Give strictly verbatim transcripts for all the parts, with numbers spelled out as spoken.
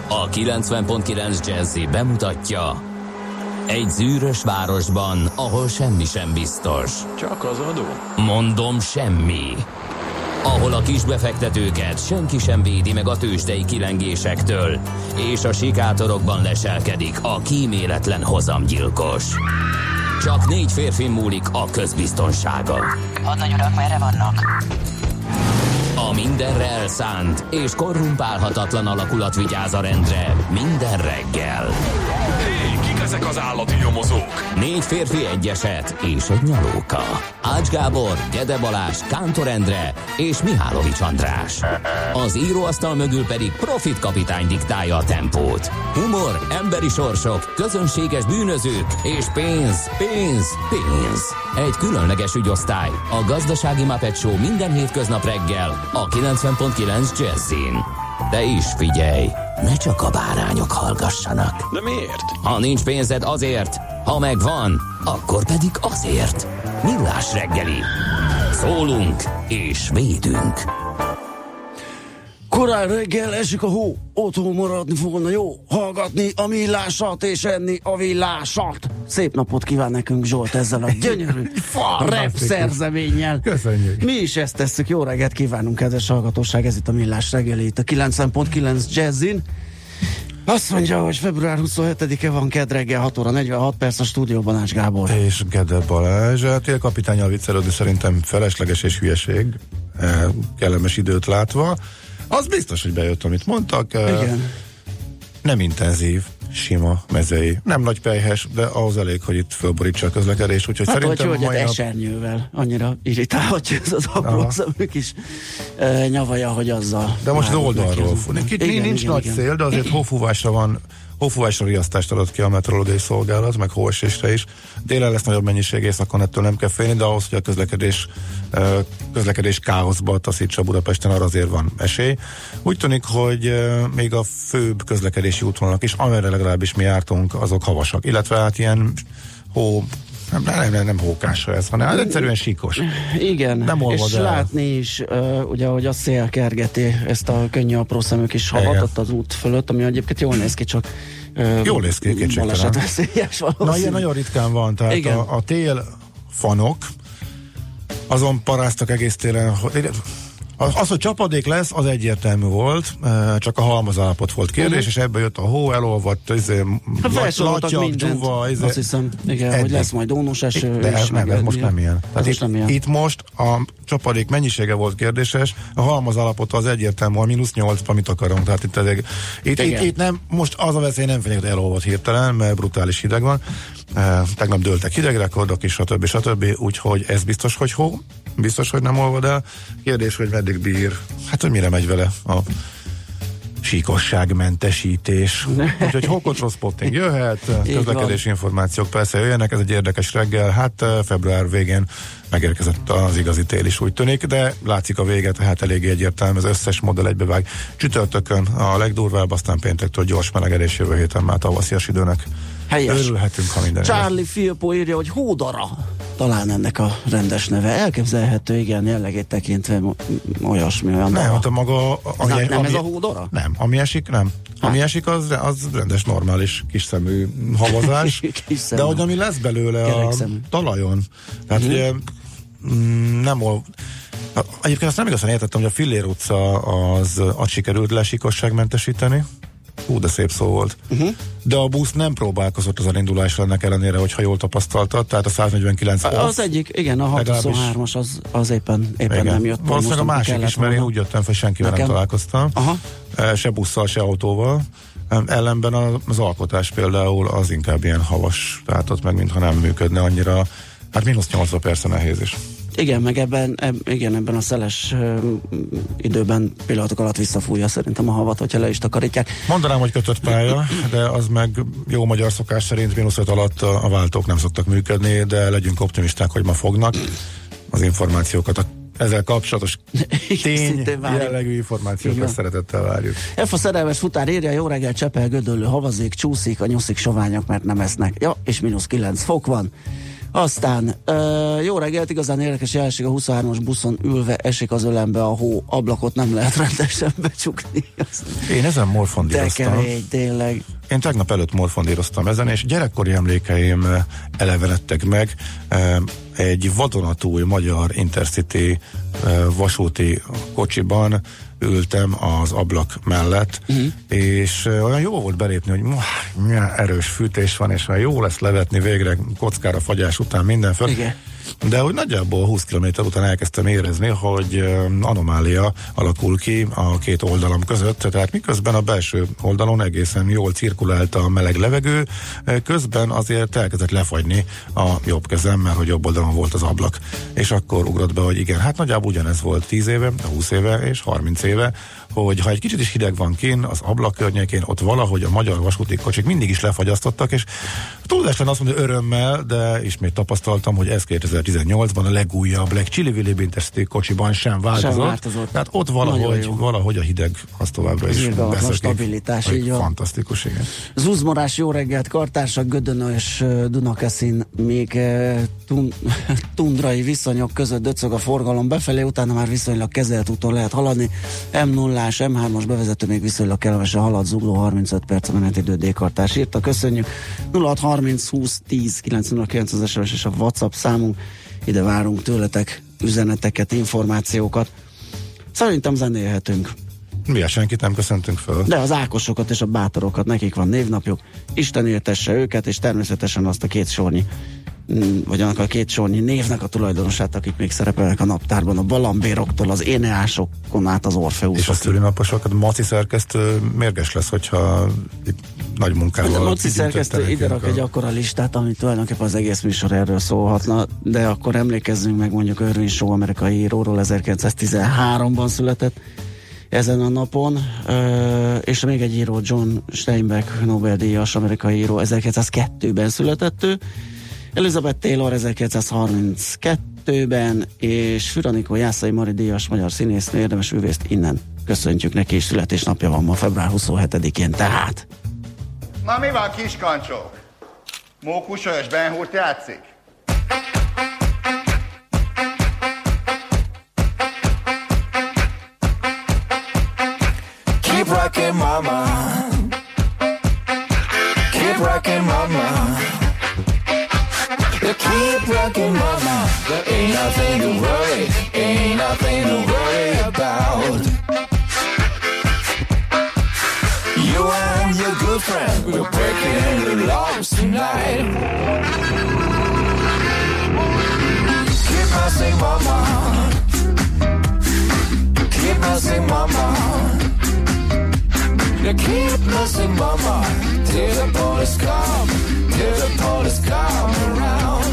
A kilencven pont kilenc Jazzy bemutatja: egy zűrös városban, ahol semmi sem biztos. Csak az adó? Mondom, semmi. Ahol a kisbefektetőket senki sem védi meg a tőzsdei kilengésektől, és a sikátorokban leselkedik a kíméletlen hozamgyilkos. Csak négy férfin múlik a közbiztonsága. Hadnagy urak, merre vannak? A mindenre elszánt és korrumpálhatatlan alakulat vigyáz a rendre minden reggel. Hé, kik ezek az állati nyomozók? Négy férfi, egy eset és egy nyalóka. Ács Gábor, Gede Balázs, Kántor Endre és Mihálovics András. Az íróasztal mögül pedig Profit kapitány diktálja a tempót. Humor, emberi sorsok, közönséges bűnözők és pénz, pénz, pénz. Egy különleges ügyosztály, a Gazdasági Muppet Show minden hétköznap reggel a kilencven pont kilenc Jazzin. De is figyelj, ne csak a bárányok hallgassanak. De miért? Ha nincs pénzed, azért, ha megvan, akkor pedig azért. Millás reggeli. Szólunk és védünk. Korán reggel esik a hó, otthon maradni volna jó, hallgatni a millásat és enni a villásat. Szép napot kíván nekünk Zsolt ezzel a gyönyörű rap szerzeménnyel. Köszönjük. Mi is ezt tesszük, jó reggelt kívánunk, kedves hallgatóság, ez itt a Millás reggeli, itt a kilencven pont kilenc Jazzin. Azt mondja, hogy február huszonhetedike van, kedd reggel, hat óra negyvenhat perc, a stúdióban Ács Gábor. És Gede Balázs. Tél kapitánnyal viccelődni szerintem felesleges és hülyeség, kellemes időt látva. Az biztos, hogy bejött, amit mondtak. Igen. Nem intenzív, sima, mezei. Nem nagy pelyhes, de ahhoz elég, hogy itt fölborítsa a közlekedés. Úgyhogy hát szerintem vagy, hogy mai nap... nap... esernyővel annyira irritálhatja ez az apró szemük is e, nyavaja, hogy azzal. De most az oldalról fog. Nincs igen, nagy igen. szél, de azért hófúvásra van, hófúvásra riasztást adott ki a meteorológiai szolgálat, meg hóesésre is. Délen lesz nagyobb mennyiség, északon ettől nem kell félni, de ahhoz, hogy a közlekedés, közlekedés káoszba taszítsa Budapesten, arra azért van esély. Úgy tűnik, hogy még a főbb közlekedési útvonalak is, amerre legalábbis mi jártunk, azok havasak. Illetve hát ilyen hó, nem, nem, nem, nem hókásra ez, hanem hát egyszerűen síkos. Igen, nem és el. látni is, uh, ugye, hogy a szél kergeti ezt a könnyű apró szemük is havatott az út fölött, ami egyébként jól néz ki, csak uh, jól néz ki, kétségtelen. balesetveszélyes valószínű. Na, ilyen nagyon ritkán van, tehát a, a tél fanok azon paráztak egész télen, az, az, hogy csapadék lesz, az egyértelmű volt, csak a halmazállapot volt kérdés, uh-huh. és ebből jött a hó, elolvadt, izé, latyak, dzsuva, izé, azt hiszem, igen, eddig. Hogy lesz majd ónos eső. De ez, nem, ez most nem ilyen. Tehát most itt, nem ilyen. Itt most a csapadék mennyisége volt kérdéses, a halmazállapot az egyértelmű, a mínusz nyolc, amit akarunk. Tehát itt, ez, itt, itt, itt nem, most az a veszély nem fenyeget, elolvad hirtelen, mert brutális hideg van. Uh, tegnap dőltek hidegrekordok is, stb. stb. Úgyhogy ez biztos, hogy hó, biztos, hogy nem olvad el. Kérdés, hogy meddig bír, hát hogy mire megy vele a síkosságmentesítés. Úgyhogy hókontroll spotting jöhet, közlekedési információk persze jöjjenek, ez egy érdekes reggel, hát február végén megérkezett az igazi tél is, úgy tűnik, de látszik a vége, tehát eléggé egyértelmű, az összes modell egybevág. Csütörtökön a legdurvább, aztán péntektől gyors melegedés, jövő héten már tavaszias időnek. Helyes. Örülhetünk, ha minden. Charlie Filippo írja, hogy hódara talán ennek a rendes neve. Elképzelhető, igen, jellegét tekintve olyasmi, olyan. Nem, hát a maga... A, ami, nem, nem ami, ez a hódara? Nem, ami esik, nem. Hát. Ami esik, az, az rendes, normális kiszemű havazás. De hogy ami lesz belőle a talajon. Tehát mm. ugye mm, nem ol... Egyébként azt nem igazán értettem, hogy a Fillér utca az azt sikerült lesikosságmentesíteni. Hú, de szép szó volt. Uh-huh. De a busz nem próbálkozott az elindulásra ennek ellenére, hogyha jól tapasztaltad, tehát a száznegyvenkilenc az off, egyik, igen, a hatszázhuszonhármas az, az éppen, éppen nem jött. Valószínűleg a másik is, mert én úgy jöttem fel, senkivel nekem nem találkoztam. Aha. Se busszal, se autóval. Ellenben az alkotás például az inkább ilyen havas, tehát ott meg mintha nem működne annyira, hát mínusz nyolcvan persze nehéz is. Igen, meg ebben, eb, igen, ebben a szeles uh, időben pillanatok alatt visszafújja szerintem a havat, hogyha le is takarítják. Mondanám, hogy kötött pálya, de az meg jó magyar szokás szerint mínusz öt alatt a, a váltók nem szoktak működni, de legyünk optimisták, hogy ma fognak. Az információkat, a ezzel kapcsolatos tény jellegű információkat szeretettel várjuk. F a szerelmes futár írja, jó reggel, Csepel, Gödöllő, havazik, csúszik, a nyuszik soványok, mert nem esznek. Ja, és mínusz kilenc fok van. Aztán uh, jó reggelt, igazán érdekes jelenség, a huszonhármas buszon ülve esik az ölembe a hó, ablakot nem lehet rendesen becsukni. Én ezen morfondíroztam. De kemény, tényleg. Én tegnap előtt morfondíroztam ezen, és gyerekkori emlékeim elevenedtek meg. Egy vadonatúj magyar Intercity vasúti kocsiban ültem az ablak mellett, uh-huh. és olyan jó volt belépni, hogy milyen erős fűtés van, és olyan jó lesz levetni végre kockára fagyás után minden föl. Igen. De hogy nagyjából húsz kilométer után elkezdtem érezni, hogy anomália alakul ki a két oldalam között, tehát miközben a belső oldalon egészen jól cirkulált a meleg levegő, közben azért elkezdett lefagyni a jobb kezem, mert hogy jobb oldalon volt az ablak. És akkor ugrott be, hogy igen, hát nagyjából ugyanez volt tíz éve, húsz éve és harminc éve, hogy ha egy kicsit is hideg van kín, az ablak környékén, ott valahogy a magyar vasúti kocsik mindig is lefagyasztottak, és túlzásan azt mondja örömmel, de ismét tapasztaltam, hogy ez kétezer-tizennyolcban a legújabb, legcsili-vili Intercity kocsiban sem változott. Sem változott. Tehát ott valahogy, valahogy a hideg az továbbra is beszökik. Stabilitás, így van. Fantasztikus, igen. Zuzmorás, jó reggelt, Kartársak, Gödön és Dunakeszin még tun- tundrai viszonyok között döcög a forgalom befelé, utána már viszonylag kezelt úton lehet haladni. em nullás, em hármas bevezető még viszonylag kellemesen halad, zugló harmincöt perc a menetidő, D-Kartás írta, köszönjük. nulla hat harminc húsz tíz kilenc nulla kilenc az es em es és a WhatsApp számunk, ide várunk tőletek üzeneteket, információkat. Szerintem zenélhetünk. Mi a senkit nem köszöntünk föl. De az Ákosokat és a Bátorokat, nekik van névnapjuk, Isten éltesse őket, és természetesen azt a két sornyi, vagy annak a két sornyi névnek a tulajdonosát, akik még szerepelnek a naptárban, a Balambéroktól, az Éneásokon át az Orfeuszok. És a szülinaposokat, Maci szerkesztő mérges lesz, hogyha itt nagy munkával... A Maci szerkesztő ide rak a... egy akkora listát, amit tulajdonképpen az egész műsor erről szólhatna, de akkor emlékezzünk meg mondjuk Irving Shaw, amerikai íróról, ezerkilencszáztizenháromban született ezen a napon, és még egy író, John Steinbeck, Nobel-díjas amerikai író, ezerkilencszázkettőben született ő, Elizabeth Taylor ezerkilencszázharminckettőben, és Füranikó Jászai Mari díjas magyar színésznő, érdemes művészt innen köszöntjük neki, és születésnapja van ma február huszonhetedikén, tehát. Na mi van, kiskancsók? Mókusolyos Ben Hurt játszik? Keep rocking, mama. Keep rocking, mama. Keep rocking, mama. There ain't nothing to worry, ain't nothing to worry about. You and your good friend, we're breaking the laws tonight. Keep rocking, mama. Keep rocking, mama. Now keep rocking, mama. Till the police come, till the police come around.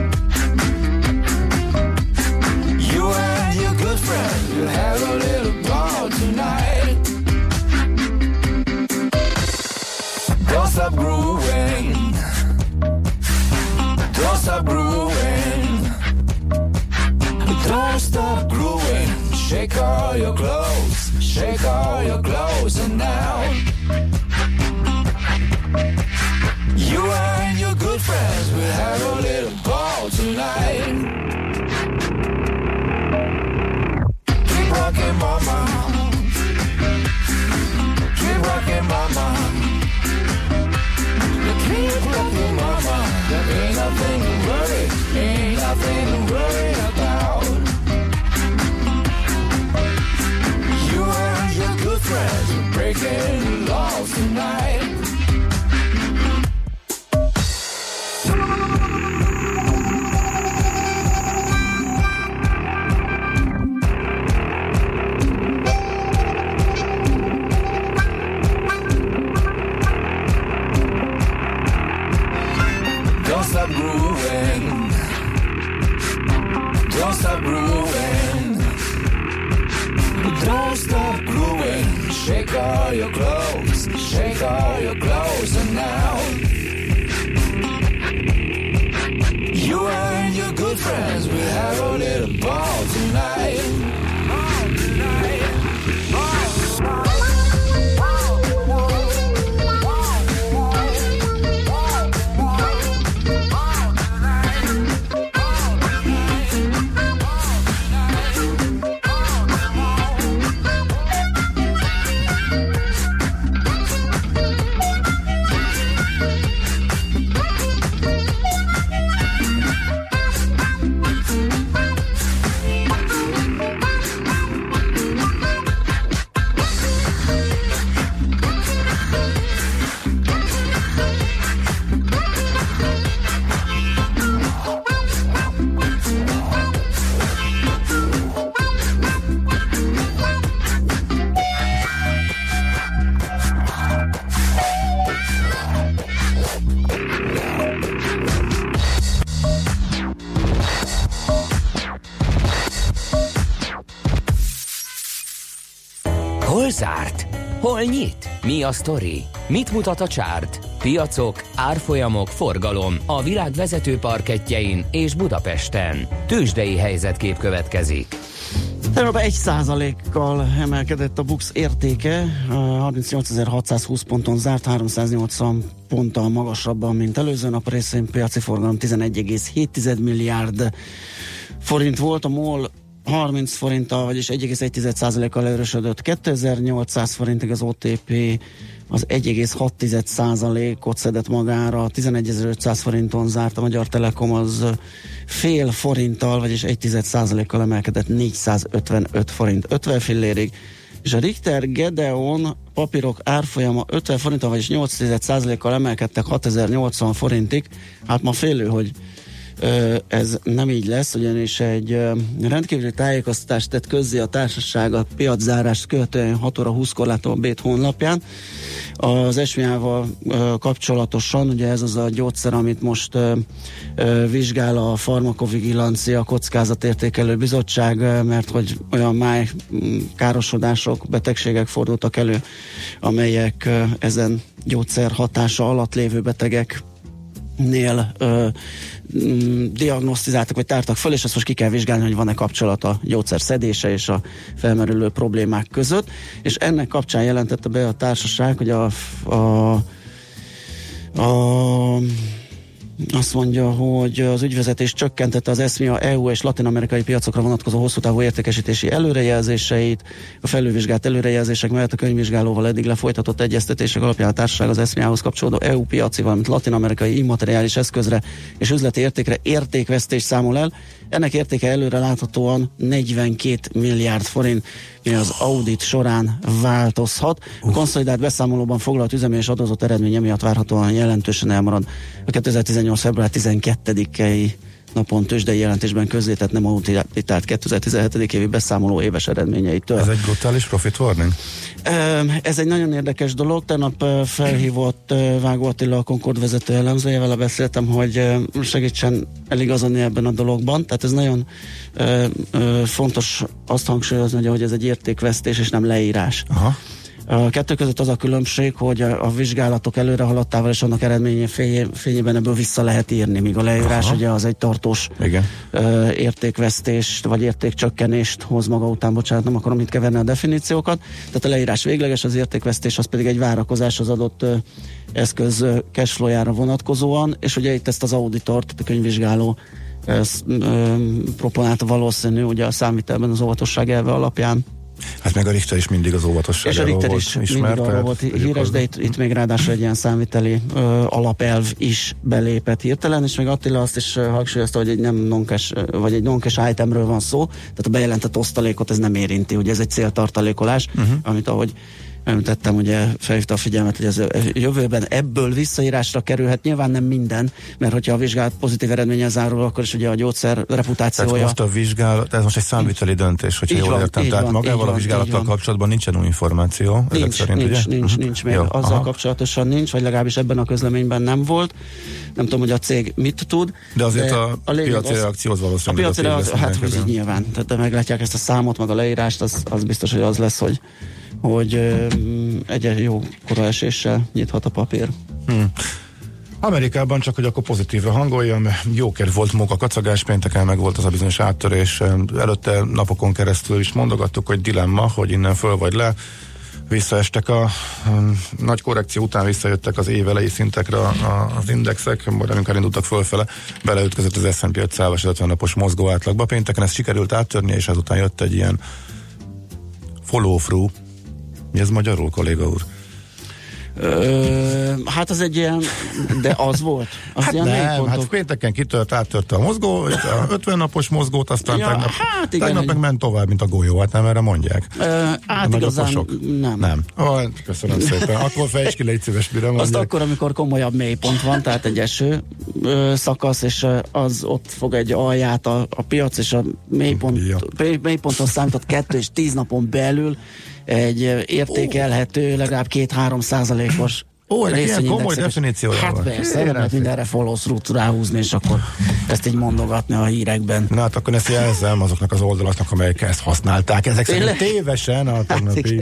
You and your good friend will have a little ball tonight. Don't stop grooving. Don't stop grooving. Don't stop grooving. Shake all your clothes. Shake all your clothes and now. You and your good friends will have a little ball tonight. Keep rocking, mama. Keep rocking, mama. Keep rocking, mama. There ain't nothing to worry, ain't nothing to worry about. You and your good friends are breaking the laws tonight. Don't stop grooving. Don't stop grooving. Don't stop grooving. Shake all your clothes. Shake all your clothes and now. You and your good friends will have a little ball tonight. Ball tonight. Ball tonight. Hol zárt? Hol nyit? Mi a sztori? Mit mutat a csárt? Piacok, árfolyamok, forgalom a világ vezető parkettjein és Budapesten. Tőzsdei helyzetkép következik. Tegnap egy százalékkal emelkedett a BUX értéke, harmincnyolcezer-hatszázhúsz ponton zárt, háromszáznyolcvan ponttal magasabban, mint előző nap. Részén piaci forgalom tizenegy egész hét milliárd forint volt, a MOL harminc forinttal, vagyis egy egész egy százalékkal erősödött kétezer-nyolcszáz forintig, az o té pé az egy egész hat százalékot szedett magára, tizenegyezer-ötszáz forinton zárt, a Magyar Telekom az fél forinttal, vagyis egy százalékkal emelkedett négyszázötvenöt forint ötven fillérig, és a Richter Gedeon papírok árfolyama ötven forinttal, vagyis nyolc százalékkal emelkedtek hatezer-nyolcvan forintig. Hát ma félő, hogy ez nem így lesz, ugyanis egy rendkívüli tájékoztatást tett közzé a társaság a piaczárást követően hat óra húszkor látó a Bét honlapján. Az es em á-val kapcsolatosan, ugye ez az a gyógyszer, amit most vizsgál a Farmakovigilancia Kockázatértékelő Bizottság, mert hogy olyan máj károsodások, betegségek fordultak elő, amelyek ezen gyógyszer hatása alatt lévő betegek nél ö, m, diagnosztizáltak, vagy tártak föl, és ezt most ki kell vizsgálni, hogy van-e kapcsolat a gyógyszer szedése és a felmerülő problémák között, és ennek kapcsán jelentette be a társaság, hogy a, a, a azt mondja, hogy az ügyvezetés csökkentette az eszmia é u és latin-amerikai piacokra vonatkozó hosszú távú értékesítési előrejelzéseit. A felülvizsgált előrejelzések mellett a könyvvizsgálóval eddig lefolytatott egyeztetések alapján a társaság az eszmiához kapcsolódó é u piaci, valamint latin-amerikai immateriális eszközre és üzleti értékre értékvesztést számol el. Ennek értéke előre láthatóan negyvenkét milliárd forint, mi az audit során változhat. A konszolidált beszámolóban foglalt üzemi és adózott eredménye miatt várhatóan jelentősen elmarad a kétezer-tizennyolc február tizenkettedikei napon tőzsdei jelentésben közzétett nem auditált kétezer-tizenhét évi beszámoló éves eredményeitől. Ez egy brutális profit warning? Ez egy nagyon érdekes dolog. Tegnap felhívott Vágó Attila, a Concord vezető elemzője, vele beszéltem, hogy segítsen eligazodni ebben a dologban. Tehát ez nagyon fontos azt hangsúlyozni, hogy ez egy értékvesztés és nem leírás. Aha. A kettő között az a különbség, hogy a, a vizsgálatok előre haladtával és annak eredménye fényében ebből vissza lehet írni, míg a leírás Aha. ugye az egy tartós ö, értékvesztést vagy értékcsökkenést hoz maga után, bocsánat, nem akarom itt keverni a definíciókat. Tehát a leírás végleges, az értékvesztés az pedig egy várakozás az adott ö, eszköz ö, cashflow-jára vonatkozóan, és ugye itt ezt az auditort, a könyvvizsgáló ez, ö, proponálta valószínű, ugye a számvitelben az óvatosság elve alapján. Hát meg a Richter is mindig az óvatosságáról volt És a Richter is ismert, mindig arról volt híres, de itt, itt még ráadásul egy ilyen számviteli ö, alapelv is belépett hirtelen, és még Attila azt is ö, hangsúlyozta, hogy egy nem non-cash, vagy egy non-cash itemről van szó, tehát a bejelentett osztalékot ez nem érinti, ugye ez egy céltartalékolás, uh-huh. amit ahogy említettem, ugye felhívta a figyelmet, hogy ez jövőben ebből visszaírásra kerülhet, nyilván nem minden, mert hogyha a vizsgálat pozitív eredménye zárul, akkor is ugye a gyógyszer reputációja. Tehát most a vizsgálat, ez most egy számviteli döntés, hogyha jól van, értem. Tehát van, magával a vizsgálattal kapcsolatban nincsen új információ. Nincs, szerint, nincs, ugye? nincs, nincs még. Jó, azzal aha. kapcsolatosan nincs, vagy legalábbis ebben a közleményben nem volt. Nem tudom, hogy a cég mit tud. De azért de a, a piaci reakció az valószínűleg. A piaci reakció, hát hogy így nyilván. Tehát de meglátják ezt a számot, meg a leírást, az, az biztos, hogy az lesz, hogy hogy um, egy jó koraeséssel nyithat a papír. Hmm. Amerikában csak, hogy akkor pozitívra hangoljam, jóker volt móka kacagás, pénteken meg volt az a bizonyos áttörés. Előtte napokon keresztül is mondogattuk, hogy dilemma, hogy innen föl vagy le. Visszaestek a um, nagy korrekció után, visszajöttek az év elejé szintekre a, a, az indexek, majd amikor indultak fölfele, beleütközött az es and pé ötszáz ötven napos mozgó átlagba. Pénteken ezt sikerült áttörni, és ezután jött egy ilyen follow-through. Mi ez magyarul, kolléga úr? Ö, hát az egy ilyen, de az volt. Az hát nem, hát pénteken kitört, áttörte a mozgó, a ötven napos mozgót, aztán ja, tegnap, hát igen, tegnap meg ment tovább, mint a golyó, hát nem erre mondják. Ö, hát igazán nem. Nem. Oh, köszönöm szépen. Akkor fejtsd ki, légy szíves, mire mondják. Azt akkor, amikor komolyabb mélypont van, tehát egy eső ö, szakasz, és az ott fog egy alját a, a piac, és a mélypont, ja. mélyponton számított kettő és tíz napon belül egy értékelhető, legalább két-három százalékos Ó, ennek ilyen komoly definíciója hát van. persze, nem lehet mindenre follow-through ráhúzni, és akkor ezt így mondogatni a hírekben. Na hát akkor ezt jelzem azoknak az oldalaknak, amelyek ezt használták. Ezek szerint tévesen a tegnapi...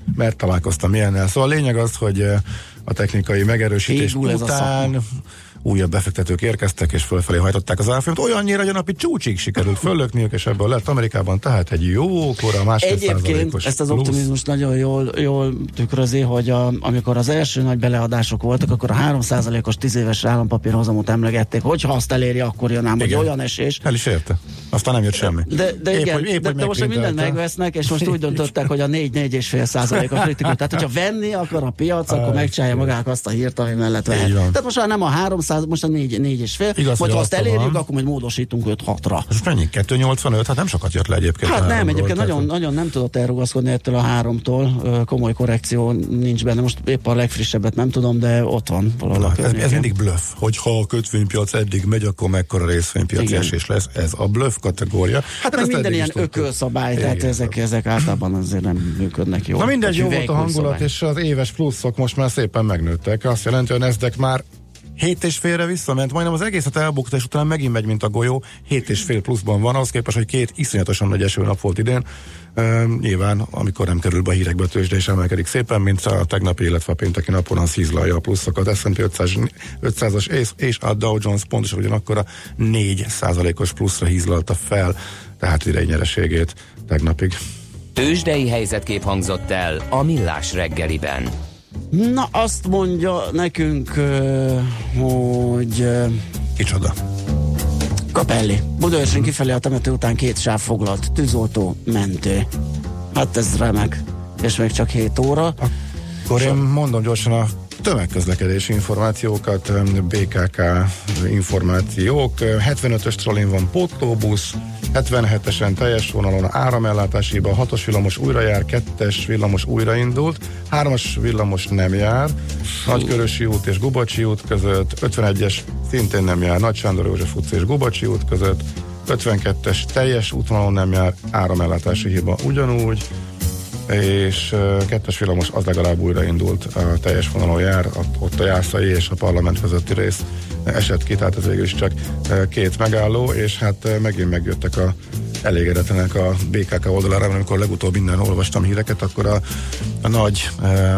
mert találkoztam ilyennel. Szóval a lényeg az, hogy a technikai megerősítés Égul ez után újabb befektetők érkeztek, és fölfelé hajtották az árfolyamat. Olyannyira, hogy a napi csúcsig sikerült föllökniük, és ebből lett Amerikában, tehát egy jó kora, másfél Egyébként százalékos ezt az plusz. optimizmust nagyon jól, jól tükrözi, hogy a, amikor az első nagy beleadások voltak, akkor a három százalékos tíz éves állampapírhozamot emlegették, hogyha azt eléri, akkor jön ám, hogy olyan esés. El is érte. Aztán nem jött semmi. De, de épp, igen, hogy, épp, de, de most mindent megvesznek, és most úgy döntöttek, hogy a négy-négy és fél százalék a kritikus. Tehát, hogyha venni akar a piac, akkor megcsinálja magának azt a hírt, ami mellett vehet. Tehát most már nem a háromszáz, most a négy, négy és fél. Igaz, majd ha azt elérjük, van. akkor majd módosítunk öt hatra. És mennyi? kettő nyolcvanöt? Hát nem sokat jött le egyébként. Hát nem, háromról, egyébként tehát, nagyon, nagyon nem tudott elrugaszkodni ettől a háromtól. Komoly korrekció nincs benne. Most épp a legfrissebbet nem tudom, de ott van valahol. Na, ez, ez mindig bluff, hogy ha a kötvénypiac eddig megy, akkor mekkora részvénypiaci esés lesz. Ez a bluff kategória. Hát meg minden ilyen ökölszabály, tehát igen, ezek, ezek általában azért nem működnek jól. Na mindegy, jó volt a hangulat, hüvelykújszabály. és az éves pluszok most már szépen megnőttek. Azt jelenti, hogy a Nasdaq már hét és félre visszament, majdnem az egészet elbukta, és utána megint megy, mint a golyó. hét és fél pluszban van, ahhoz képest, hogy két iszonyatosan nagy esőnap volt idén. Üm, nyilván, amikor nem kerül be a hírekbe a tőzsde, és emelkedik szépen, mint a tegnapi, illetve a pénteki napon, az hízlalja a pluszokat. es and pé ötszázas és, és a Dow Jones pontosan ugyanakkor a négy százalékos pluszra hízlalta fel, tehát idei nyereségét tegnapig. Tőzsdei helyzetkép hangzott el a Millás reggeliben. Na, azt mondja nekünk, uh, hogy uh, Kicsoda? Capelli. Budaörsön kifelé a temető után két sáv foglalt, tűzoltó, mentő. Hát ez remek. És még csak hét óra. Akkor én mondom gyorsan a tömegközlekedési információkat, bé ká ká információk, hetvenötös trollin van pótlóbusz, hetvenhetesen teljes vonalon áramellátási hiba, hatos villamos újra jár, kettes villamos újraindult, hármas villamos nem jár, Nagykörösi út és Gubacsi út között, ötvenegyes szintén nem jár, Nagy Sándor József utca és Gubacsi út között, ötvenkettes teljes útvonalon nem jár, áramellátási hiba ugyanúgy, és uh, kettes villamos az legalább újraindult, a teljes vonalon jár, ott, ott a Jászai és a parlament közötti rész esett ki, tehát ez végül is csak uh, két megálló, és hát uh, megint megjöttek a elégedetlenek a bé ká ká oldalára, mert amikor legutóbb minden olvastam híreket, akkor a, a nagy uh,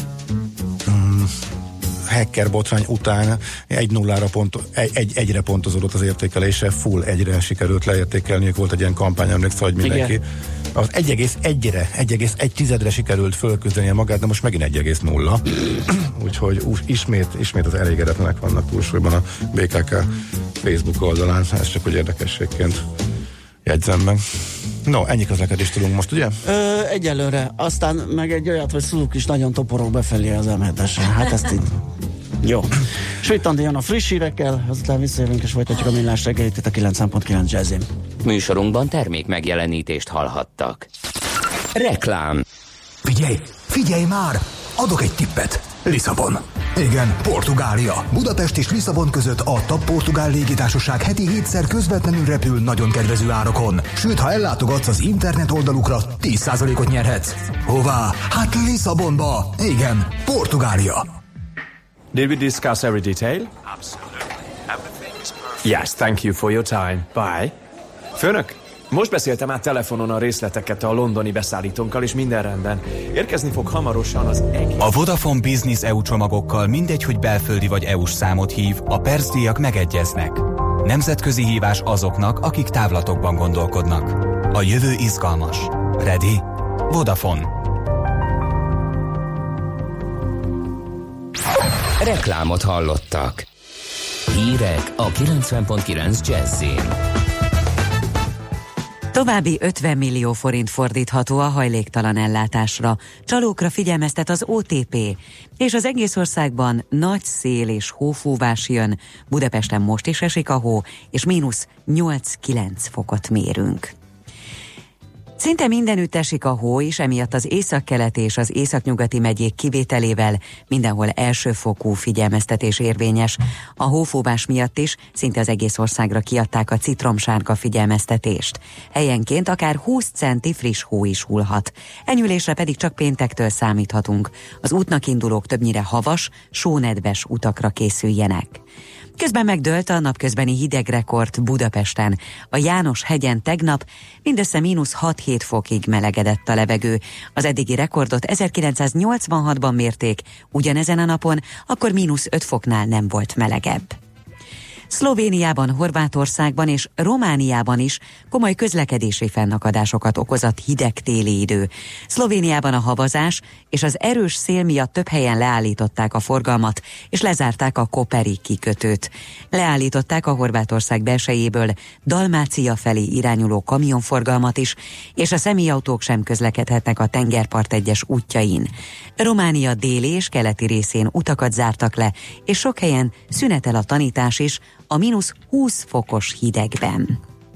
um, hacker botrány után egy nullára pont, egy, egy, egyre pontozódott az értékelése, full egyre sikerült leértékelniük, volt egy ilyen kampány, emlékszel, hogy mindenki igen. Az egy egész egyre, egy egész egy tizedre sikerült fölküzdenie magát, de most megint egy egész nulla. Úgyhogy ú, ismét, ismét az elégedetlenek vannak túlsúlyban a bé ká ká Facebook oldalán, ez csak hogy érdekességként jegyzem meg. No, ennyi közlekedést tudunk most, ugye? Ö, egyelőre. Aztán meg egy olyat, hogy Szuluk is nagyon toporog befelé az em hetesen. Hát ezt így... Jó. Svétandi jön a friss hírekkel, azután visszajövünk és folytatjuk a Millás reggelit itt a kilenc pont kilenc Jazzin. Műsorunkban termék megjelenítést hallhattak. Reklám. Figyelj, figyelj már! Adok egy tippet. Lisszabon. Igen, Portugália. Budapest és Lisszabon között a TAP Portugál légitársaság heti hétszer közvetlenül repül nagyon kedvező árakon. Sőt, ha ellátogatsz az internet oldalukra, tíz százalékot nyerhetsz. Hová? Hát Lisszabonba. Igen, Portugália. Did we discuss every detail? Absolutely. Everything is perfect. Yes, thank you for your time. Bye. Főnök, most beszéltem át telefonon a részleteket a londoni beszállítónkkal, és minden rendben. Érkezni fog hamarosan az egész... A Vodafone Business é u csomagokkal mindegy, hogy belföldi vagy é u-s számot hív, a percdíjak megegyeznek. Nemzetközi hívás azoknak, akik távlatokban gondolkodnak. A jövő izgalmas. Ready? Vodafone. Reklámot hallottak. Hírek a kilencven pont kilenc Jazzin. További ötven millió forint fordítható a hajléktalan ellátásra. Csalókra figyelmeztet az o té pé, és az egész országban nagy szél és hófúvás jön. Budapesten most is esik a hó, és mínusz nyolc-kilenc fokot mérünk. Szinte mindenütt esik a hó, és emiatt az északkeleti és az északnyugati megyék kivételével mindenhol elsőfokú figyelmeztetés érvényes. A hófúvás miatt is szinte az egész országra kiadták a citromsárga figyelmeztetést. Helyenként akár húsz centi friss hó is hullhat. Enyhülésre pedig csak péntektől számíthatunk. Az útnak indulók többnyire havas, sónedves utakra készüljenek. Közben megdőlt a napközbeni hidegrekord Budapesten. A János hegyen tegnap mindössze mínusz hat-hét fokig melegedett a levegő. Az eddigi rekordot ezerkilencszáznyolcvanhatban mérték, ugyanezen a napon, akkor mínusz öt foknál nem volt melegebb. Szlovéniában, Horvátországban és Romániában is komoly közlekedési fennakadásokat okozott hideg téli idő. Szlovéniában a havazás és az erős szél miatt több helyen leállították a forgalmat, és lezárták a Koperi kikötőt. Leállították a Horvátország belsejéből Dalmácia felé irányuló kamionforgalmat is, és a személyautók sem közlekedhetnek a tengerpart egyes útjain. Románia déli és keleti részén utakat zártak le, és sok helyen szünetel a tanítás is, a mínusz húsz fokos hidegben.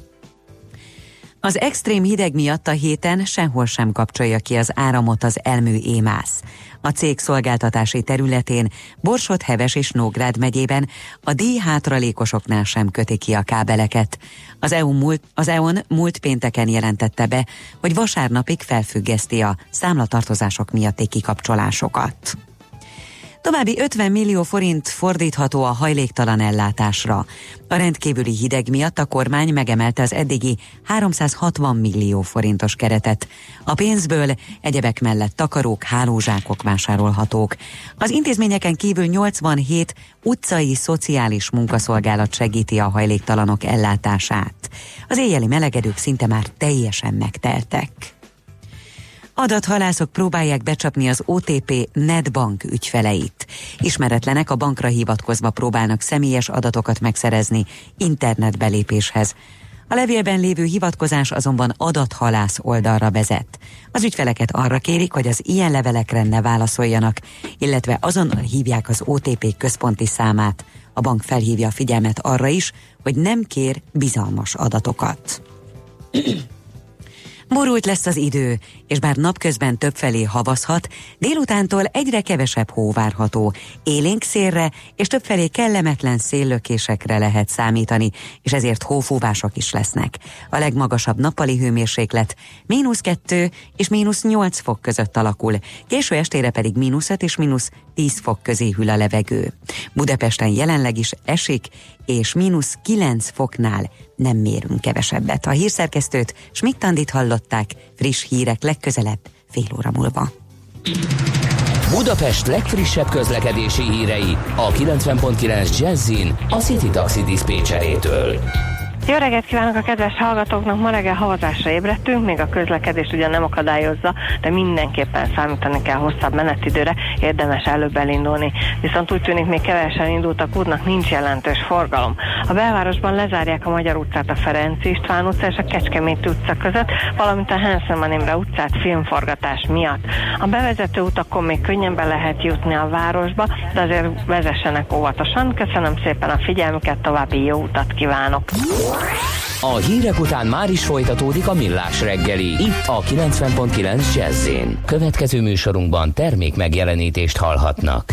Az extrém hideg miatt a héten sehol sem kapcsolja ki az áramot az Elmű émász. A cég szolgáltatási területén Borsod-Heves és Nógrád megyében a díj hátralékosoknál sem köti ki a kábeleket. Az é u múlt, az é on múlt pénteken jelentette be, hogy vasárnapig felfüggeszti a számlatartozások miatti kikapcsolásokat. További ötven millió forint fordítható a hajléktalan ellátásra. A rendkívüli hideg miatt a kormány megemelte az eddigi háromszázhatvan millió forintos keretet. A pénzből egyebek mellett takarók, hálózsákok vásárolhatók. Az intézményeken kívül nyolcvanhét utcai szociális munkaszolgálat segíti a hajléktalanok ellátását. Az éjjeli melegedők szinte már teljesen megteltek. Adathalászok próbálják becsapni az o té pé Netbank ügyfeleit. Ismeretlenek a bankra hivatkozva próbálnak személyes adatokat megszerezni internetbelépéshez. A levélben lévő hivatkozás azonban adathalász oldalra vezet. Az ügyfeleket arra kérik, hogy az ilyen levelekre ne válaszoljanak, illetve azonnal hívják az o té pé központi számát. A bank felhívja a figyelmet arra is, hogy nem kér bizalmas adatokat. Borult lesz az idő, és bár napközben többfelé havazhat, délutántól egyre kevesebb hó várható. Élénk szélre és többfelé kellemetlen széllökésekre lehet számítani, és ezért hófúvások is lesznek. A legmagasabb nappali hőmérséklet mínusz kettő és mínusz nyolc fok között alakul, késő estére pedig mínusz öt és mínusz tíz fok közé hűl a levegő. Budapesten jelenleg is esik, és mínusz kilenc foknál nem mérünk kevesebbet. A hírszerkesztőt, Schmidt-Andit hallották, friss hírek legközelebb fél óra múlva. Budapest legfrissebb közlekedési hírei a kilencven pont kilenc Jazzin a City Taxi diszpécserétől. Jó reggelt kívánok a kedves hallgatóknak! Ma reggel havazásra ébredtünk, még a közlekedést ugyan nem akadályozza, de mindenképpen számítani kell hosszabb menetidőre, érdemes előbb elindulni. Viszont úgy tűnik, még kevesen indultak, útnak nincs jelentős forgalom. A belvárosban lezárják a Magyar utcát, a Ferenc István utca és a Kecskeméti utca között, valamint a Henszmann Imre utcát filmforgatás miatt. A bevezető utakon még könnyebben lehet jutni a városba, de azért vezessenek óvatosan. Köszönöm szépen a figyelmüket, további jó utat kívánok! A hírek után már is folytatódik a Millás reggeli, itt a kilencven pont kilenc Jazz-én. Következő műsorunkban termék megjelenítést hallhatnak.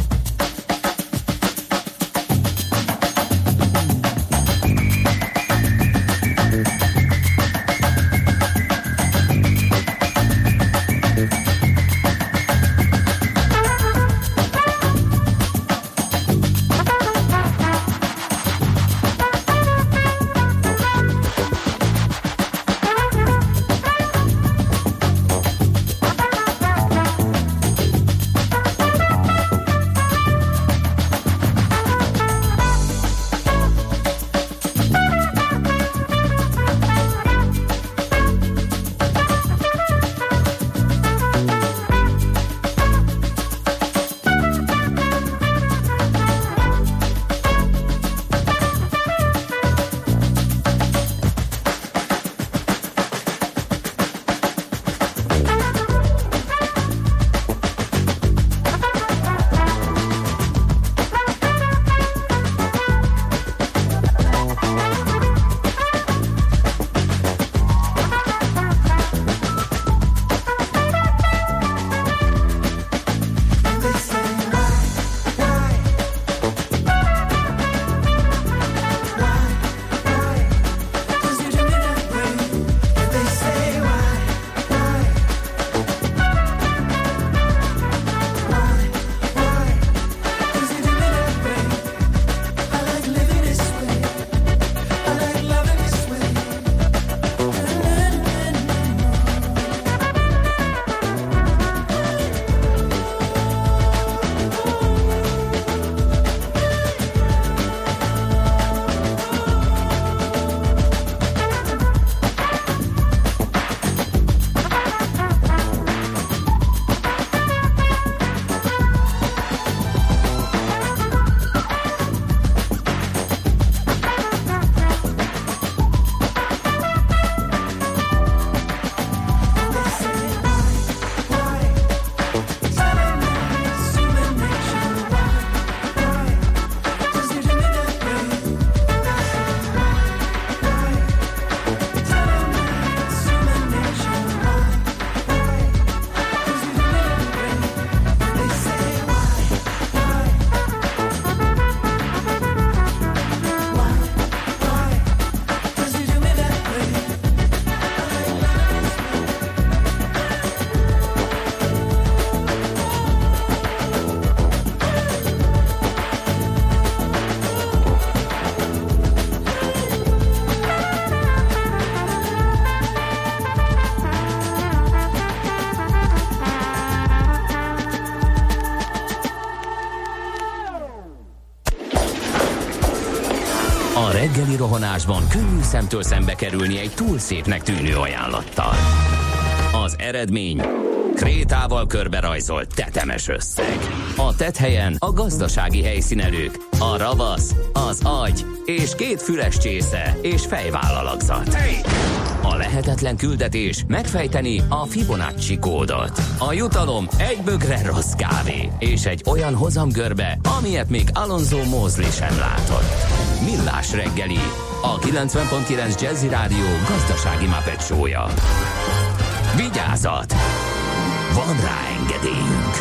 A reggeli rohanásban könnyű szemtől szembe kerülni egy túl szépnek tűnő ajánlattal. Az eredmény... krétával körberajzolt tetemes összeg. A tetthelyen a gazdasági helyszínelők, a ravasz, az agy és két füles csésze és fejvállalakzat. A lehetetlen küldetés megfejteni a Fibonacci kódot. A jutalom egy bögre rossz kávé és egy olyan hozamgörbe, amilyet még Alonso Mosley sem látott. Millás reggeli, a kilencven pont kilenc Jazzy Rádió gazdasági Muppet show-ja. Vigyázat! Van rá engedélyünk!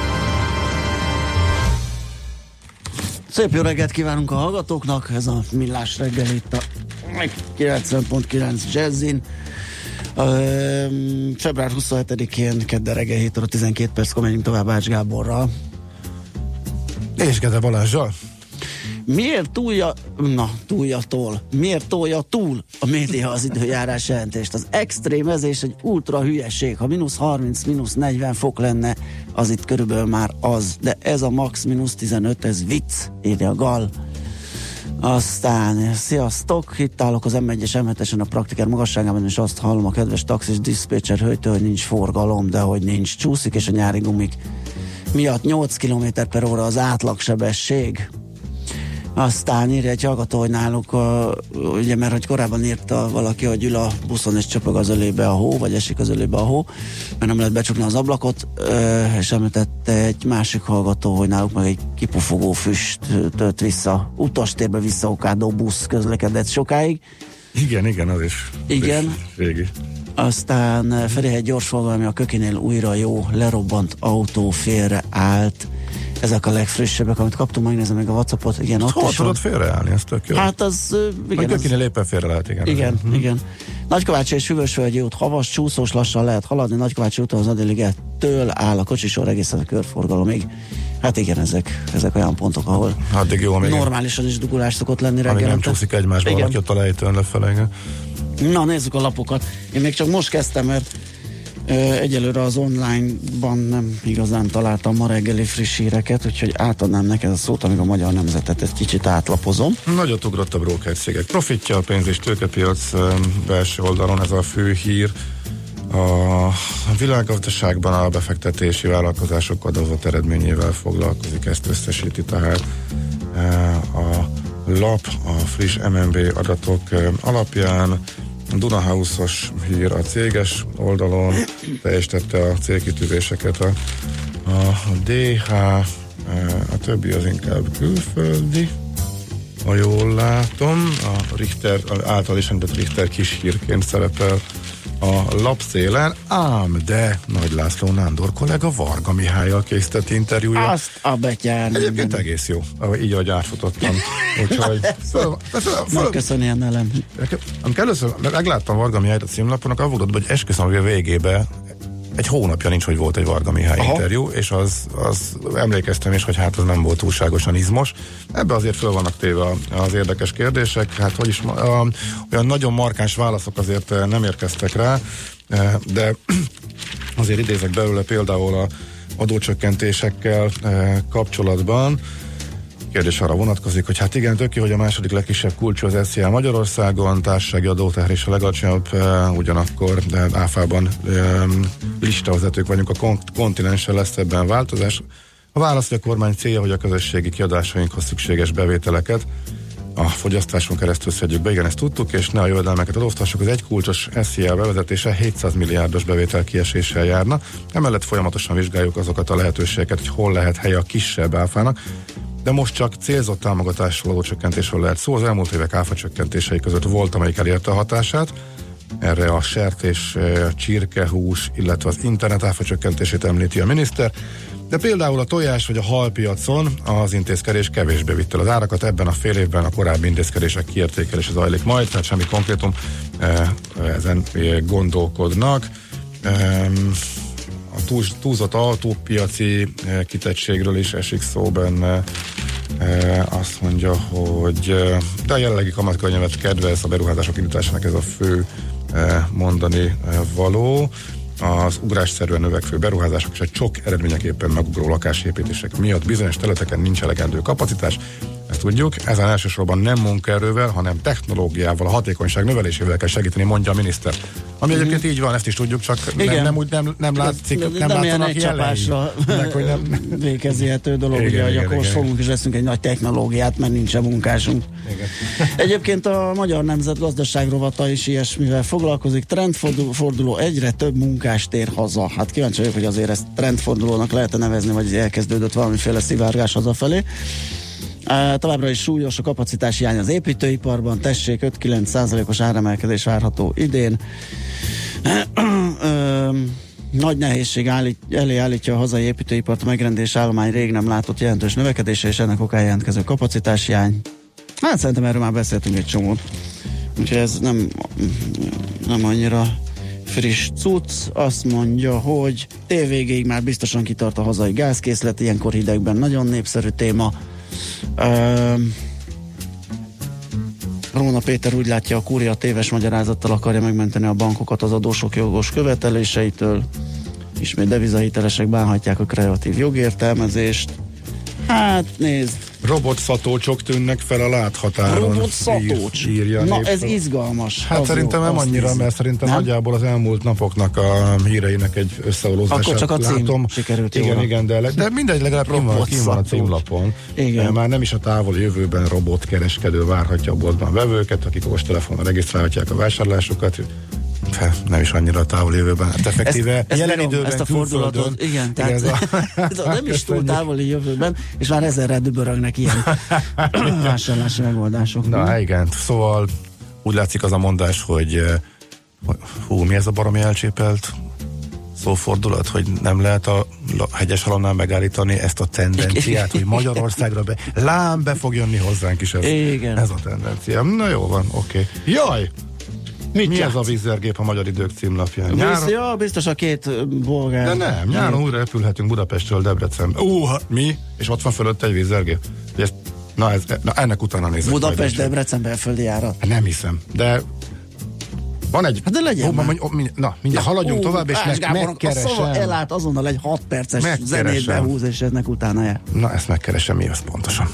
Szép jó reggelt kívánunk a hallgatóknak, ez a Millás reggel itt a kilencven pont kilenc Jazzin. Uh, február huszonhetedikén kedden reggel hét óra tizenkét perckor megyünk tovább Ács Gáborral. És Gede Balázsral. Miért túlja, na túljatól, miért tolja túl a média az időjárás jelentést? Az extrémezés egy ultra hülyeség. Ha mínusz harminc, mínusz negyven fok lenne, az itt körülbelül már az. De ez a max mínusz tizenöt, ez vicc, írja a Gal. Aztán, sziasztok, itt állok az em egyes em hetesen a Praktiker magasságában, és azt hallom a kedves taxis diszpécser hölgytől, hogy nincs forgalom, de hogy nincs, csúszik, és a nyári gumik miatt nyolc kilométer per óra az átlagsebesség. Aztán írja egy hallgató, hogy náluk, uh, ugye, mert hogy korábban írta valaki, hogy ül a buszon és csöpög az ölébe a hó, vagy esik az ölébe a hó, mert nem lehet becsukni az ablakot, uh, és említette egy másik hallgató, hogy náluk meg egy kipufogó füst tört vissza, utastérbe visszaokádó busz közlekedett sokáig. Igen, igen, az is. Igen. Régi. Aztán Ferihegy gyorsforgalmi a Kökinél újra jó, lerobbant autó félre állt. Ezek a legfrissebbek, amit kaptunk, megnézem meg a WhatsAppot. Igen, ott hol is tudod félreállni, ez tök jó. Hát az, igen. Meg Kökinél éppen félre lehet, igen. Igen, uh-huh. igen. Nagykovácsi és Hűvösvölgyi út havas, csúszós, lassan lehet haladni. Nagykovácsi úton az Adéligettől áll a kocsisor egészen a körforgalomig. Hát igen, ezek, ezek olyan pontok, ahol hát jó, normálisan is dugulás szokott lenni reggelente. Amíg nem csúszik egymásba, valaki ott a lejtőn lefele, igen. Na, nézzük a lapokat. Én még csak most kezdtem, mert ö, egyelőre az online-ban nem igazán találtam ma reggeli friss híreket, úgyhogy átadnám neked a szót, amíg a Magyar Nemzetet egy kicsit átlapozom. Nagyot ugrott a broker cégek profitja, a pénz- és tőkepiac belső oldalon, ez a fő hír. A világgazdaságban a befektetési vállalkozások adózott eredményével foglalkozik, ezt összesíti tehát a lap a friss em en bé adatok alapján. Dunahouse-os hír a céges oldalon, teljesítette a célkitűzéseket a, a dé há, a többi az inkább külföldi, ha jól látom, a Richter, által is említett Richter kis hírként szerepel a lapszélen, ám de Nagy László Nándor kollega Varga Mihállyal készített interjúja. Azt a betyárni. Egyébként egész jó, így ahogy átfutottam. Úgyhogy megköszönni a nelem. Amikor először megláttam Varga Mihályt a címlaponak, avudott, hogy esküszöm, hogy a végébe egy hónapja nincs, hogy volt egy Varga Mihály Aha. interjú, és az, az emlékeztem is, hogy hát az nem volt túlságosan izmos. Ebbe azért föl vannak téve az érdekes kérdések, hát hogy is, a, olyan nagyon markáns válaszok azért nem érkeztek rá, de azért idézek belőle például a adócsökkentésekkel kapcsolatban. Kérdés arra vonatkozik, hogy hát igen, tök jó, hogy a második legkisebb kulcsú az es zé á Magyarországon, társasági adóterhelés a legalacsonyabb, e, ugyanakkor de áfában e, listavezetők vagyunk, a kont- kontinensen lesz ebben változás. A válasz, hogy a kormány célja, hogy a közösségi kiadásainkhoz szükséges bevételeket a fogyasztáson keresztül szedjük be, igen, ezt tudtuk, és ne a jövedelmeket adóztassuk, az egy kulcsos es zé á bevezetése hétszáz milliárdos bevétel kieséssel járna. Emellett folyamatosan vizsgáljuk azokat a lehetőségeket, hogy hol lehet helye a kisebb áfának, de most csak célzott támogatásról, adócsökkentésről lehet szó. Az elmúlt évek áfa csökkentései között volt, amelyik elérte a hatását. Erre a sertés, a csirkehús, illetve az internet áfa csökkentését említi a miniszter. De például a tojás vagy a halpiacon az intézkedés kevésbé vitte az árakat. Ebben a fél évben a korábbi intézkedések kiértékelése zajlik majd, tehát semmi konkrétum, ezen gondolkodnak. A túl, túlzott autópiaci kitettségről is esik szó benne. Azt mondja, hogy de a jelenlegi kamatkörnyevet kedvez a beruházások indításának, ez a fő mondani való. Az ugrásszerűen növekvő beruházások és a csok eredményeképpen megugró lakásépítések miatt bizonyos területeken nincs elegendő kapacitás. ezt tudjuk, ezen elsősorban nem munkaerővel, hanem technológiával, a hatékonyság növelésével kell segíteni, mondja a miniszter. Ami egyébként így van, ezt is tudjuk, csak nem, nem úgy nem, nem látszik, nem, nem látszanak egy csapásra végezhető dolog, igen, ugye, hogy igen, akkor most fogunk is leszünk egy nagy technológiát, mert nincsen munkásunk. Igen. Egyébként a Magyar Nemzet gazdaság rovata is ilyesmivel foglalkozik. Trendforduló, egyre több munkás tér haza. Hát kíváncsi vagyok, hogy azért ezt trendfordulónak lehet nevezni, vagy elkezdődött valamiféle szivárgás hazafelé. Uh, továbbra is súlyos a kapacitás hiány az építőiparban, tessék, öt-kilenc százalékos áremelkedés várható idén. Uh, uh, nagy nehézség állít, elé állítja a hazai építőipart a megrendés állomány rég nem látott jelentős növekedése, és ennek okán jelentkező kapacitás hiány. Hát szerintem erről már beszéltünk egy csomót. Úgyhogy ez nem, nem annyira friss cucc. Azt mondja, hogy tél végéig már biztosan kitart a hazai gázkészlet, ilyenkor hidegben nagyon népszerű téma. Uh, Róna Péter úgy látja, a kúria téves magyarázattal akarja megmenteni a bankokat az adósok jogos követeléseitől. Ismét devizahitelesek bánhatják a kreatív jogértelmezést. Hát nézd, robotszatócsok tűnnek fel a láthatáron. Robotszatócs? Na ez izgalmas. Hát szerintem jó, nem annyira, nézzük. Mert szerintem nem? Nagyjából az elmúlt napoknak a híreinek egy összeolózását akkor csak a cím látom. Sikerült igen, jóra. igen, de, de mindegy, legalább kim van, kim van a címlapon. Igen. Már nem is a távoli jövőben robotkereskedő várhatja a boltban vevőket, akik okostelefonon regisztrálhatják a vásárlásokat. Nem is annyira a távoli jövőben. Hát effektíve ezt, ezt jelen bírom, időben ezt a fordulatot, igen, tehát ez a, ez a nem is túl távoli jövőben, és már ezerre dübörögnek ilyen vásárlási megoldások. Na igen, szóval úgy látszik az a mondás, hogy hú, mi ez a baromi elcsépelt szófordulat, hogy nem lehet a hegyes halomnál megállítani ezt a tendenciát, hogy Magyarországra be, lám be fog jönni hozzánk is ez, ez a tendencia. Na jó van, oké. Okay. Jaj! Mit Mi játsz? Ez a vízergép a Magyar Idők címlapján? Nyáron... Ja, biztos a két bolgár. De nem, nyáron újra repülhetünk Budapestről Debrecenbe. Ú, mi? És ott van fölött egy vízergép? Ezt, na, ez, na, ennek utána nézek. Budapest Debrecen belföldi járat? Nem hiszem, de van egy... Hát de legyen ó, mondj, ó, mindjárt, na, mindjárt na, haladjunk ó, tovább, és meg, Gábor, megkeresem. A szava elállt azonnal egy hat perces zenét behúz, és ennek utána jár. Na, ezt megkeresem, mi az pontosan.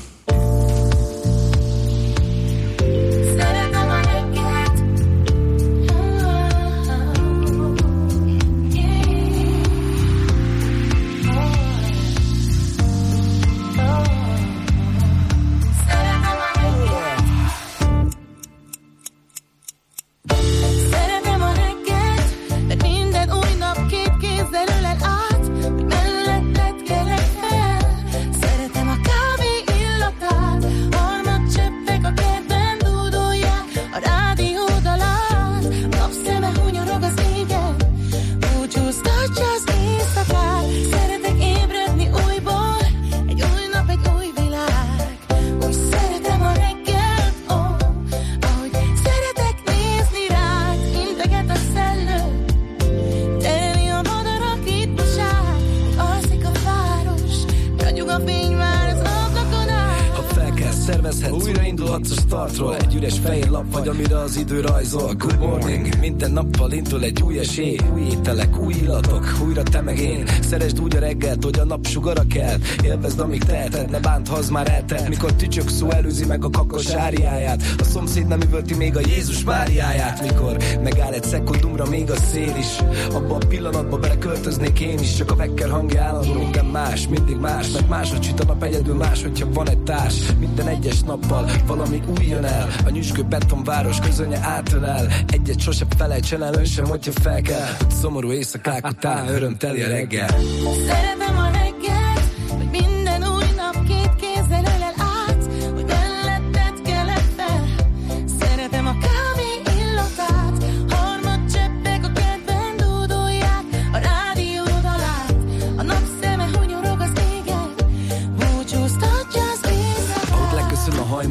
Good morning, minden nappal indul egy új esély. Új ételek, új illatok, újra te meg én. Szeresd úgy a reggelt, hogy a napsugara kell. Élvezd, amíg teheted, ne bánt, ha az már eltelt. Mikor tücsök szó előzi meg a kakos áriáját. A szomszéd nem üvölti még a Jézus Máriáját. Mikor megáll egy szekundumra még a szél is. Abba a pillanatba beleköltöznék én is. Csak a vekker hangja állandó, minden más, mindig más. Mert máshogy süt a nap, egyedül más, hogyha van egy társ. Minden egyes nappal valami új jön el. A nyüskő betonváros közönye átölel. Egyet sose felejtsen el, ön sem, hogyha fel kell. Szomorú éjszakák után örömteli a reggel. Szeretem a reggelt, hogy minden új nap két kézzel ölel át, hogy melletted kelek fel. Szeretem a kávé illatát, harmad cseppek a kedven dúdolják, a rádió dalát, a napszeme hunyorog az égen, búcsúztatja az éjszakát. Ahogy leköszön a hajnal, úgy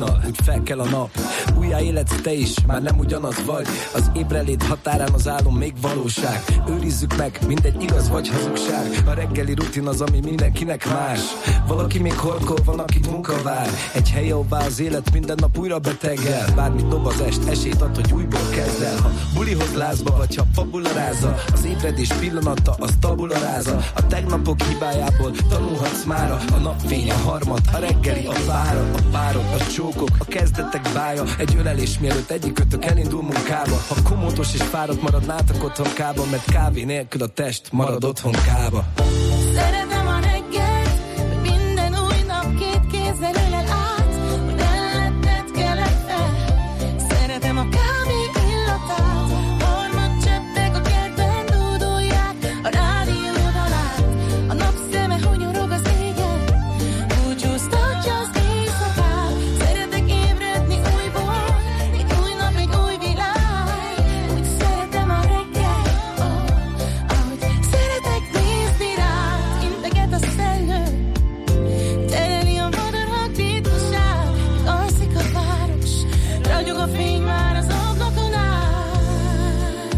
fel kell a nap. Újjá életsz te is, már nem ugyanaz vagy. Az ébreléd határán az álom még valóság. Őrizzük meg, mindegy igaz vagy hazugság. A reggeli rutin az, ami mindenkinek más. Valaki még horkol, van, akit munka vár. Egy hely, ahová az élet minden nap újra betegel. Bármit dob az est, esélyt ad, hogy újból kezd el. Ha bulihoz lázba, vagy ha fabularáza, az ébredés pillanata, az tabularáza. A tegnapok hibájából tanulhatsz mára. A napfény, a harmad, a reggeli, a vára, a párod, a csókok, a kezdetek bája. Egy ölelés mielőtt egyikőtök elindul munkába. Ha komótos és fáradt maradnátok otthon kába, mert kávé nélkül a test marad otthon kába. Szeretem a reggelt, hogy minden új nap két kézzel ölel át, hogy ellettet kelek fel. Szeretem a kávé illatát, harmad cseppek a kertben dúdolják, a rádió dalát, a napszeme hunyorog az égen, búcsúztatja az éjszakát. Szeretek ébredni újból, egy új nap, egy új világ, úgy szeretem a reggelt, oh, ahogy szeretek nézni rád, integet a szellő, tereli a madarak ritmusát, míg alszik a város, ragyog a fény már az ablakon át.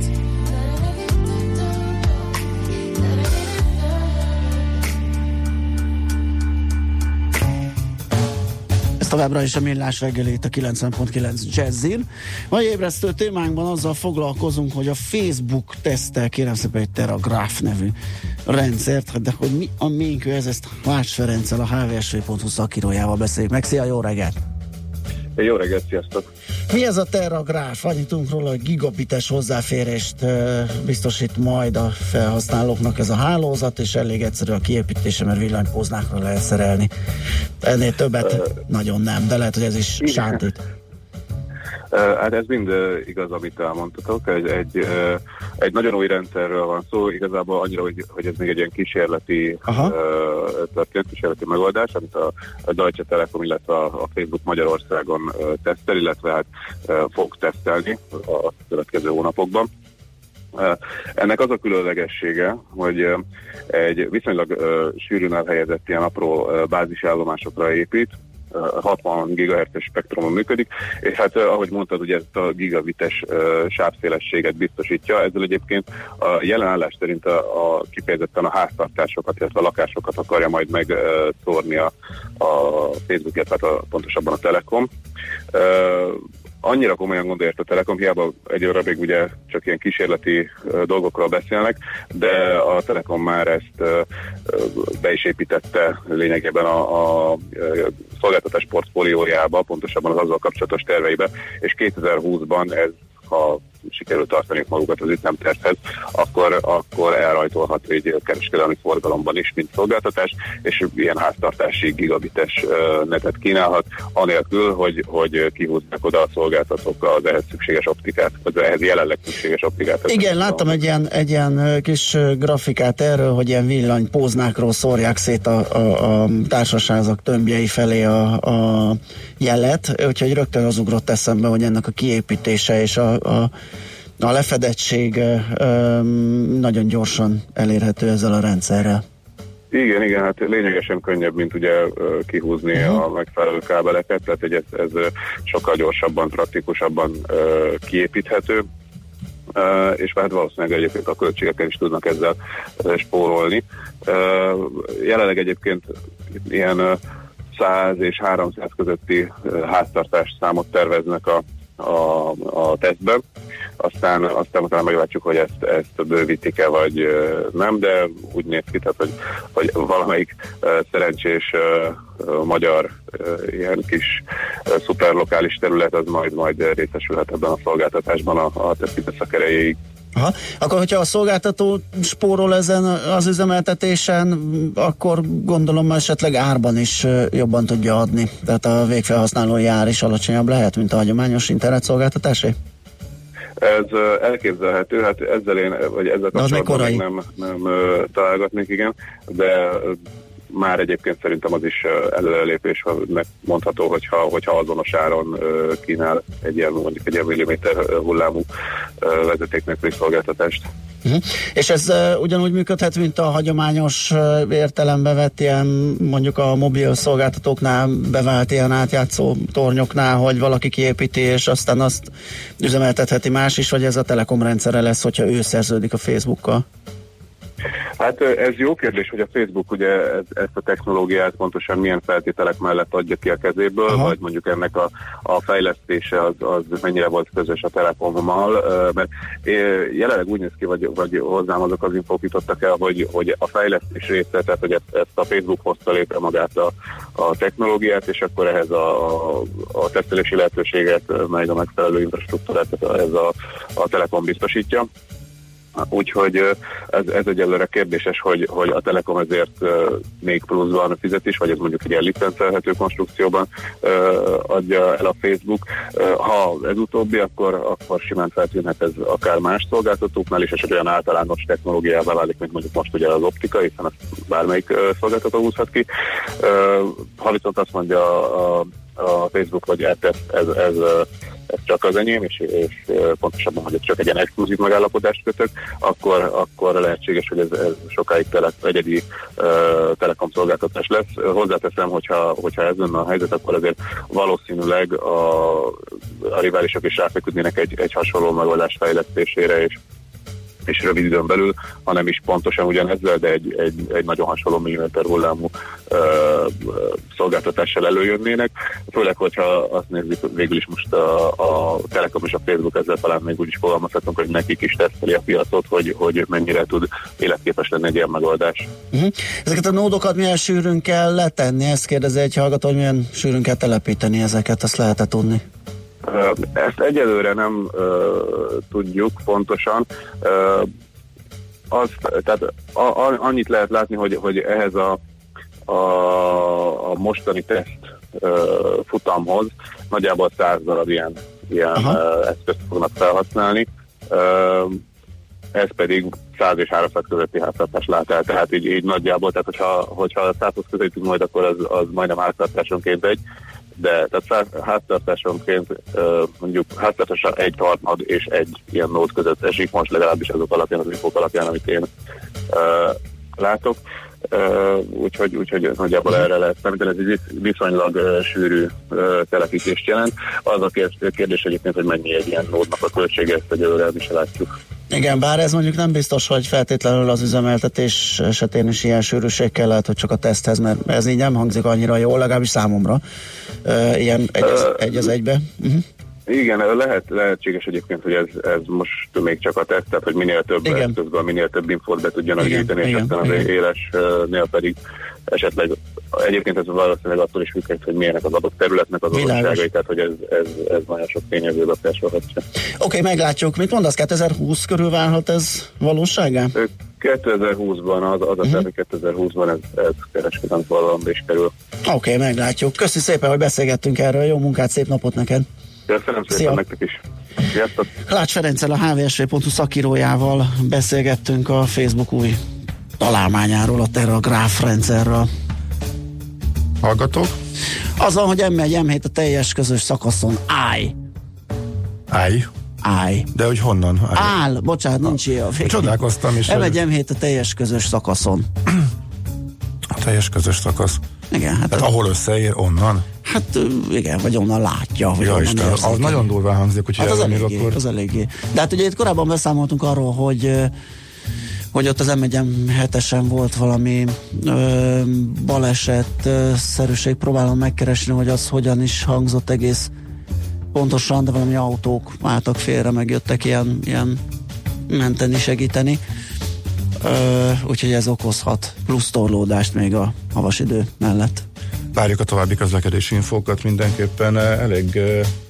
Ez továbbra is a Millás reggelét a kilencven pont kilenc Jazzin. Mai ébresztő témánkban azzal foglalkozunk, hogy a Facebook tesztel kérem szépen egy Teragraph nevű rendszert, de hogy mi a minkő ez, ezt Vács Ferenccel, a há vé es vé pont hú szakírójával beszéljük meg. Szia, jó reggelt! Jó reggelt, sziasztok! Mi ez a Teragraph? Annyit tudunk róla, hogy gigabites hozzáférést uh, biztosít majd a felhasználóknak ez a hálózat, és elég egyszerű a kiépítése, mert villanypóznákra lehet szerelni. Ennél többet uh, nagyon nem, de lehet, hogy ez is sántít. Uh, hát ez mind uh, igaz, amit elmondtatok. Egy, egy, uh, egy nagyon új rendszerről van szó, igazából annyira, hogy, hogy ez még egy ilyen kísérleti uh, történet, kísérleti megoldás, amit a, a Deutsche Telekom, illetve a, a Facebook Magyarországon uh, tesztel, illetve hát uh, fog tesztelni a következő hónapokban. Uh, ennek az a különlegessége, hogy uh, egy viszonylag uh, sűrűn elhelyezett ilyen apró uh, bázisállomásokra épít, hatvan gigahertzes spektrumon működik, és hát ahogy mondtad, ugye ezt a gigabites uh, sávszélességet biztosítja, ezzel egyébként a jelen állás szerint a, a kifejezetten a háztartásokat, illetve a lakásokat akarja majd megszórni uh, a, a Facebook, illetve a, pontosabban a Telekom. Uh, Annyira komolyan gondolja a Telekom, hiába egyőre még ugye csak ilyen kísérleti uh, dolgokról beszélnek, de a Telekom már ezt uh, be is építette lényegében a, a szolgáltatás portfóliójába, pontosabban az azzal kapcsolatos terveibe, és kétezer-húszban ez, ha sikerül tartani magukat az ütemtervhez, akkor, akkor elrajtolhat egy kereskedelmi forgalomban is, mint szolgáltatás, és ilyen háztartási gigabites uh, netet kínálhat, anélkül, hogy, hogy kihúznak oda a szolgáltatók az ehhez szükséges optikát, az ehhez jelenleg szükséges optikát. Igen, láttam egy ilyen, egy ilyen kis grafikát erről, hogy ilyen villanypóznákról szórják szét a, a, a társaságok tömbjei felé a, a jelet, úgyhogy rögtön az ugrott eszembe, hogy ennek a kiépítése és a, a A lefedettség ö, nagyon gyorsan elérhető ezzel a rendszerrel. Igen, igen, hát lényegesen könnyebb, mint ugye kihúzni uh-huh. a megfelelő kábeleket, tehát hogy ez, ez sokkal gyorsabban, praktikusabban uh, kiépíthető, uh, és hát valószínűleg egyébként a költségekkel is tudnak ezzel uh, spórolni. Uh, jelenleg egyébként ilyen uh, száz és háromszáz közötti uh, háztartás számot terveznek a A, a tesztben, aztán, aztán utána meglátjuk, hogy ezt, ezt bővítik-e, vagy nem, de úgy néz ki, tehát, hogy, hogy valamelyik uh, szerencsés uh, magyar uh, ilyen kis uh, szuperlokális terület, az majd, majd részesülhet ebben a szolgáltatásban a, a teszi beszakerejéig. Aha. Akkor, hogyha a szolgáltató spórol ezen az üzemeltetésen, akkor gondolom esetleg árban is jobban tudja adni. Tehát a végfelhasználói ár is alacsonyabb lehet, mint a hagyományos internetszolgáltatásé? Ez elképzelhető, hát ezzel én, vagy ezzel kapcsolatban még nem, nem találgatnék, igen, de már egyébként szerintem az is előrelépés, mondható, hogyha, hogyha azonos áron kínál egy ilyen, mondjuk egy ilyen milliméter hullámú vezeték nélküli szolgáltatást. Uh-huh. És ez uh, ugyanúgy működhet, mint a hagyományos uh, értelembe vett ilyen, mondjuk a mobil szolgáltatóknál bevált ilyen átjátszó tornyoknál, hogy valaki kiépíti, és aztán azt üzemeltetheti más is, vagy ez a Telekom rendszere lesz, hogyha ő szerződik a Facebookkal? Hát ez jó kérdés, hogy a Facebook ugye ezt a technológiát pontosan milyen feltételek mellett adja ki a kezéből, aha, vagy mondjuk ennek a, a fejlesztése az, az mennyire volt közös a Telekommal, mert jelenleg úgy néz ki, vagy, vagy hozzám azok az infók jutottak el, hogy, hogy a fejlesztés része, tehát hogy ezt, ezt a Facebook hozta létre magát a, a technológiát, és akkor ehhez a, a, a tesztelési lehetőséget, meg a megfelelő infrastruktúrát ez a, a Telekom biztosítja. Úgyhogy ez, ez egyelőre kérdéses, hogy, hogy a Telekom ezért uh, még pluszban fizet is, vagy ez mondjuk egy ilyen licencelhető konstrukcióban uh, adja el a Facebook. Uh, ha ez utóbbi, akkor, akkor simán feltűnhet ez akár más szolgáltatóknál is, és egy olyan általános technológiává válik, mint mondjuk most ugye az optika, hiszen ezt bármelyik uh, szolgáltató húzhat ki. Uh, ha viszont azt mondja a, a Facebook, vagy hát ez, ez, ez ez csak az enyém, és, és pontosabban, hogy csak egy ilyen exkluzív megállapodást kötök, akkor, akkor lehetséges, hogy ez, ez sokáig tele, egyedi uh, Telekom szolgáltatás lesz. Hozzáteszem, hogyha, hogyha ez lenne a helyzet, akkor azért valószínűleg a, a riválisok is ráfeküdnének egy, egy hasonló megoldás fejlesztésére, és és rövid időn belül, hanem is pontosan ugyanezzel, de egy, egy, egy nagyon hasonló milliméter hullámú ö, szolgáltatással előjönnének. Főleg, hogyha azt nézzük, végül is most a, a Telekom és a Facebook ezzel talán még úgy is fogalmazhatunk, hogy nekik is teszteli a piacot, hogy, hogy mennyire tud életképes lenni egy ilyen megoldás. Uh-huh. Ezeket a nódokat milyen sűrűn kell letenni? Ezt kérdezi egy hallgató, hogy milyen sűrűn kell telepíteni ezeket, azt lehet-e tudni? Ezt egyelőre nem uh, tudjuk pontosan. Uh, azt, tehát a, a, annyit lehet látni, hogy, hogy ehhez a, a, a mostani teszt uh, futamhoz nagyjából száz darab ilyen, ilyen uh, eszközt fognak felhasználni. Uh, ez pedig száz és háromszáz közötti háztartás lát el, tehát így, így nagyjából, tehát hogyha, hogyha százhoz közelítünk majd, akkor az, az majdnem háztartásonként egy, de tehát háztartásonként mondjuk háztartással egy harmad és egy ilyen nód között esik, most legalábbis azok alapján, az infók alapján, amit én uh, látok. Uh, úgyhogy, úgyhogy nagyjából erre lehet számítani, ez egy viszonylag uh, sűrű uh, telepítést jelent. Az a kérdés egyébként, hogy mennyi egy ilyen nódnak a költsége, ezt egyelőre mi se látjuk. Igen, bár ez mondjuk nem biztos, hogy feltétlenül az üzemeltetés esetén is ilyen sűrűség kell, lehet, hogy csak a teszthez, mert ez így nem hangzik annyira jól, legalábbis számomra. Uh, ilyen egy az, egy az egybe. Uh-huh. Igen, lehet, lehetséges egyébként, hogy ez, ez most még csak a teszt, tehát hogy minél több eszközben, minél több infót be tudjanak gyűjteni, és aztán az élesnél pedig esetleg, egyébként ez valószínűleg attól is függ, hogy milyenek az adott területnek az adottságai, tehát hogy ez, ez, ez nagyon sok tényező befolyásolhatja. Oké, okay, meglátjuk. Mit mondasz, kétezer-húsz körül válhat ez valósággá? kétezer-húszban az, az a terv, hogy kétezer-húszban ez, ez kereskedelmi forgalomba is kerül. Oké, okay, meglátjuk. Köszi szépen, hogy beszélgettünk erről. Jó munkát, szép napot neked! Köszönöm szépen nektek is. Sziasztok! Klács Ferenccel, a há vé es vé pont hu szakírójával beszélgettünk a Facebook új találmányáról, a TerraGraph rendszerről. Hallgatók? Az van, hogy em egy em hét a teljes közös szakaszon állj. Állj? Állj. De hogy honnan? Állj. Áll, bocsánat, nincs ilyen. Csodálkoztam is. em egy em hét a teljes közös szakaszon. A teljes közös szakasz. Igen. Hát Tehát a... ahol összeér, onnan? Hát igen, vagy onnan látja. Vagy ja, onnan Isten, az nagyon durván hangzik, hogy hát az eléggé, akkor... az eléggé. De hát ugye itt korábban beszámoltunk arról, hogy hogy ott az em egy em hetesen volt valami ö, baleset ö, szerűség, próbálom megkeresni, hogy az hogyan is hangzott egész pontosan, de valami autók álltak félre, megjöttek ilyen, ilyen menteni, segíteni. Ö, úgyhogy ez okozhat plusz torlódást még a havas idő mellett. Várjuk a további közlekedési infókat mindenképpen. Elég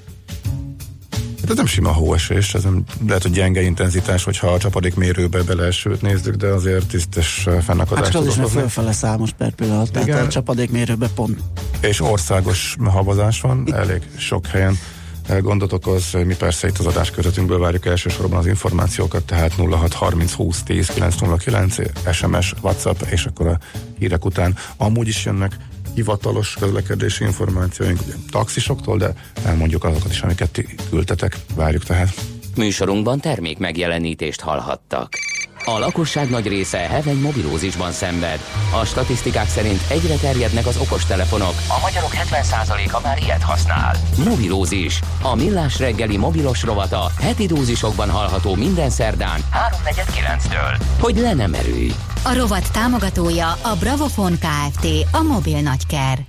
ez nem sima hóesés, ez nem, lehet, hogy gyenge intenzitás, hogyha a csapadékmérőbe beleesőt nézzük, de azért tisztes fennakadást. Hát az is, mert fölfele számos per pillanat, tehát a csapadékmérőbe pont. És országos havazás van, elég sok helyen gondot okoz. Mi persze itt az adás közvetünkből várjuk elsősorban az információkat, tehát nulla hat harminc húsz tíz kilenc nulla kilenc es em es, WhatsApp, és akkor a hírek után amúgy is jönnek hivatalos közlekedési információink, ugye taxisoktól, de elmondjuk azokat is, amiket ti küldtetek. Várjuk tehát. Műsorunkban termék megjelenítést hallhattak. A lakosság nagy része heveny mobilózisban szenved. A statisztikák szerint egyre terjednek az okostelefonok. A magyarok hetven százaléka már ilyet használ. Mobilózis. A Millás reggeli mobilos rovata heti dózisokban hallható minden szerdán háromnegyed kilenctől. Hogy le nem erőj. A rovat támogatója a Bravofon Kft. A mobil nagyker.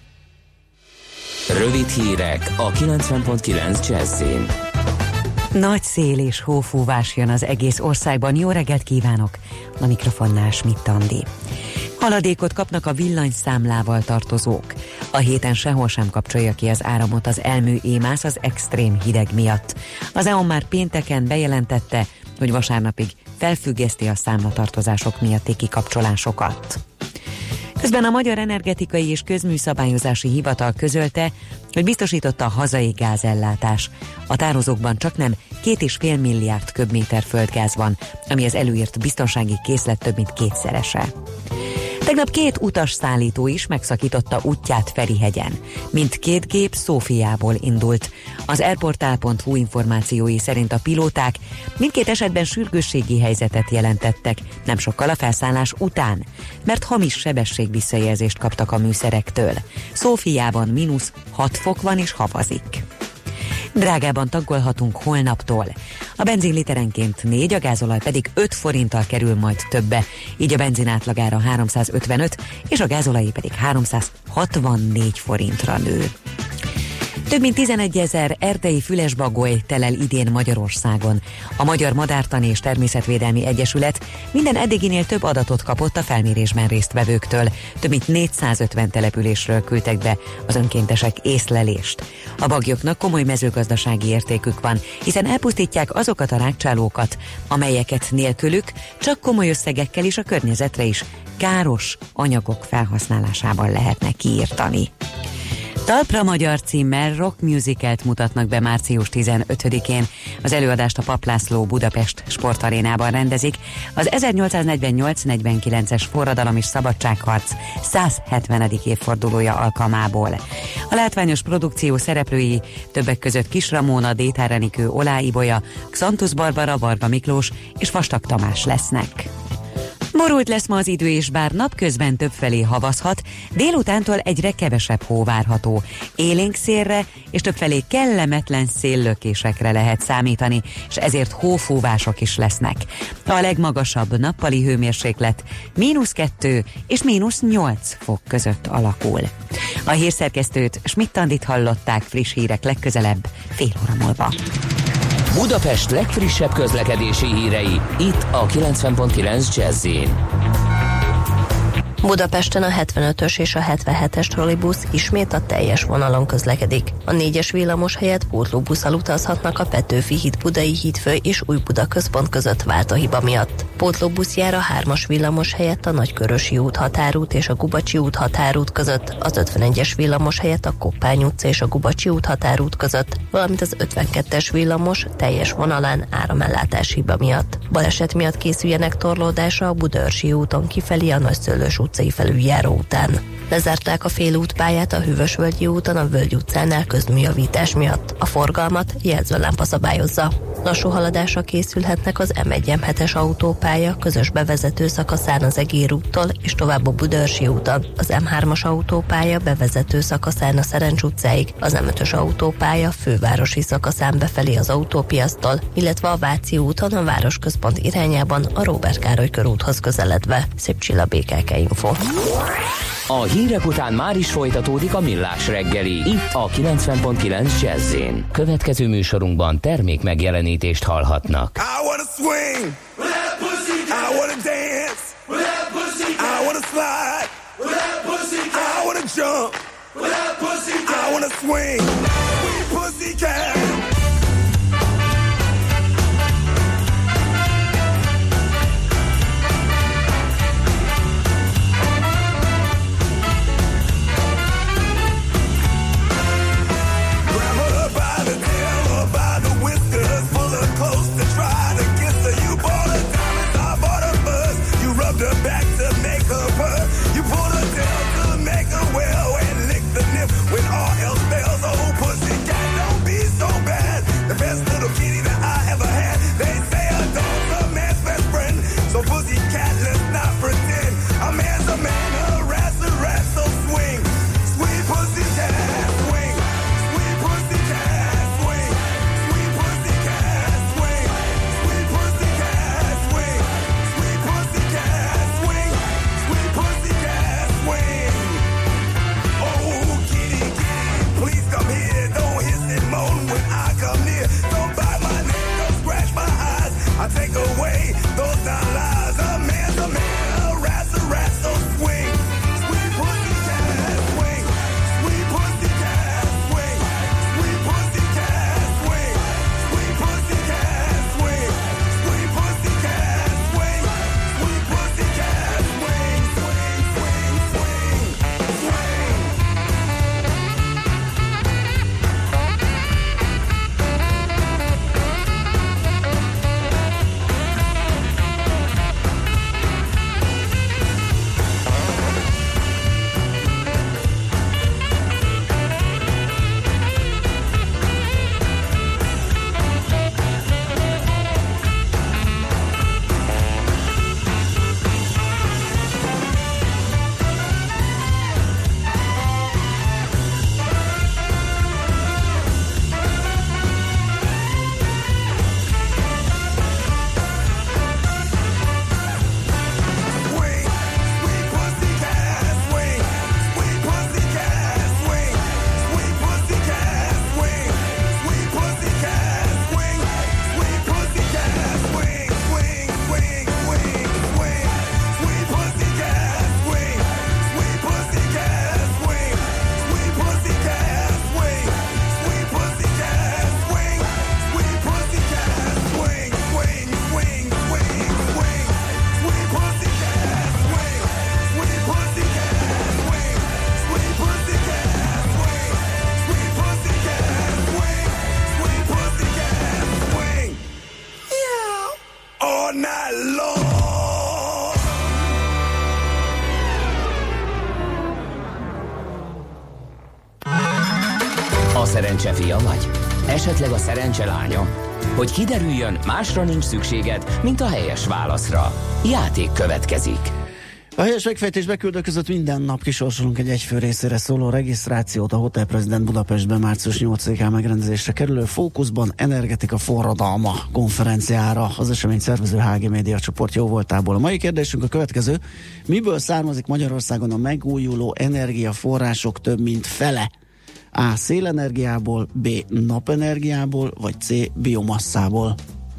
Rövid hírek a kilencven pont kilenc Jazzin. Nagy szél és hófúvás jön az egész országban. Jó reggelt kívánok! A mikrofonnál Schmidt Andi. Haladékot kapnak a villanyszámlával tartozók. A héten sehol sem kapcsolja ki az áramot az Elmű émász az extrém hideg miatt. Az é o en már pénteken bejelentette, hogy vasárnapig felfüggeszti a számlatartozások miatti kikapcsolásokat. Közben a Magyar Energetikai és Közműszabályozási Hivatal közölte, hogy biztosította a hazai gázellátás. A tározókban csaknem két és fél milliárd köbméter földgáz van, ami az előírt biztonsági készlet több mint kétszerese. Tegnap két utasszállító is megszakította útját Ferihegyen. Mindkét gép Szófiából indult. Az airportál pont hu információi szerint a pilóták mindkét esetben sürgősségi helyzetet jelentettek, nem sokkal a felszállás után, mert hamis sebességvisszajelzést kaptak a műszerektől. Szófiában mínusz hat fok van és havazik. Drágában tankolhatunk holnaptól. A benzin literenként négy, a gázolaj pedig öt forinttal kerül majd többe, így a benzin átlagára háromszázötvenöt, és a gázolajé pedig háromszázhatvannégy forintra nő. Több mint tizenegyezer erdei fülesbagoly telel idén Magyarországon. A Magyar Madártani és Természetvédelmi Egyesület minden eddiginél több adatot kapott a felmérésben résztvevőktől. Több mint négyszázötven településről küldtek be az önkéntesek észlelést. A baglyoknak komoly mezőgazdasági értékük van, hiszen elpusztítják azokat a rágcsálókat, amelyeket nélkülük csak komoly összegekkel is a környezetre is káros anyagok felhasználásával lehetne kiírtani. Talpra magyar címmel rock musicalt mutatnak be március tizenötödikén. Az előadást a Papp László Budapest sportarénában rendezik. Az ezernyolcszáznegyvennyolc negyvenkilences forradalom és szabadságharc száz hetvenedik évfordulója alkalmából. A látványos produkció szereplői többek között Kis Ramóna, Détár Enikő, Olá Ibolya, Xantusz Barbara, Varga Miklós és Vastag Tamás lesznek. Borult lesz ma az idő, és bár napközben többfelé havazhat, délutántól egyre kevesebb hó várható. Élénk szélre és többfelé kellemetlen széllökésekre lehet számítani, és ezért hófúvások is lesznek. A legmagasabb nappali hőmérséklet mínusz kettő és mínusz nyolc fok között alakul. A hírszerkesztőt, Schmidt Andit hallották, friss hírek legközelebb fél óra múlva. Budapest legfrissebb közlekedési hírei, itt a kilencven pont kilenc Jazz-in. Budapesten a hetvenötös és a hetvenhetes trollibusz ismét a teljes vonalon közlekedik. A négyes villamos helyett pótlóbusszal utazhatnak a Petőfi híd Budai hídfő és Újbuda központ között váltóhiba miatt. Pótlóbusz jár a hármas villamos helyett a Nagykörösi út határút és a Gubacsi út határút között, az ötvenegyes villamos helyett a Koppány utca és a Gubacsi út határút között, valamint az ötvenkettes villamos teljes vonalán áramellátás hiba miatt. Baleset miatt készüljenek torlódásra a Budaörsi úton kifelé a Nagyszőlős utcai felüljáró után. Lezárták a félútpályát a Hűvösvölgyi úton a Völgy utcánál közműjavítás miatt. A forgalmat jelzőlámpa szabályozza. Lassú haladásra készülhetnek az em egy em hetes autópálya közös bevezető szakaszán az Egér úttól és tovább a Budaörsi úton, az em hármas autópálya bevezető szakaszán a Szerencs utcáig, az em ötös autópálya fővárosi szakaszán befelé az Autópiasztól, illetve a Váci úton a városközpont irányában a Róbert Károly körúthoz közeledve. Szép Csilla, bé ká ká Info. A hírek után már is folytatódik a Millás reggeli, itt a kilencven pont kilenc Jazz-én. Következő műsorunkban termék megjelenítést hallhatnak. I wanna swing, I wanna dance, I wanna slide, I wanna jump, I wanna swing, pussycat. Grab her by the tail A szerencse fia vagy? Esetleg a szerencse lánya? Hogy kiderüljön, másra nincs szükséged, mint a helyes válaszra. Játék következik. A helyes megfejtés beküldők között minden nap kisorsolunk egy egyfő részére szóló regisztrációt a Hotel President Budapestben március nyolcadikán megrendezésre kerülő Fókuszban energetika forradalma konferenciára. Az esemény szervező há gé Média csoport jóvoltából. A mai kérdésünk a következő: miből származik Magyarországon a megújuló energiaforrások több mint fele? A. Szélenergiából, B. Napenergiából, vagy C. Biomasszából.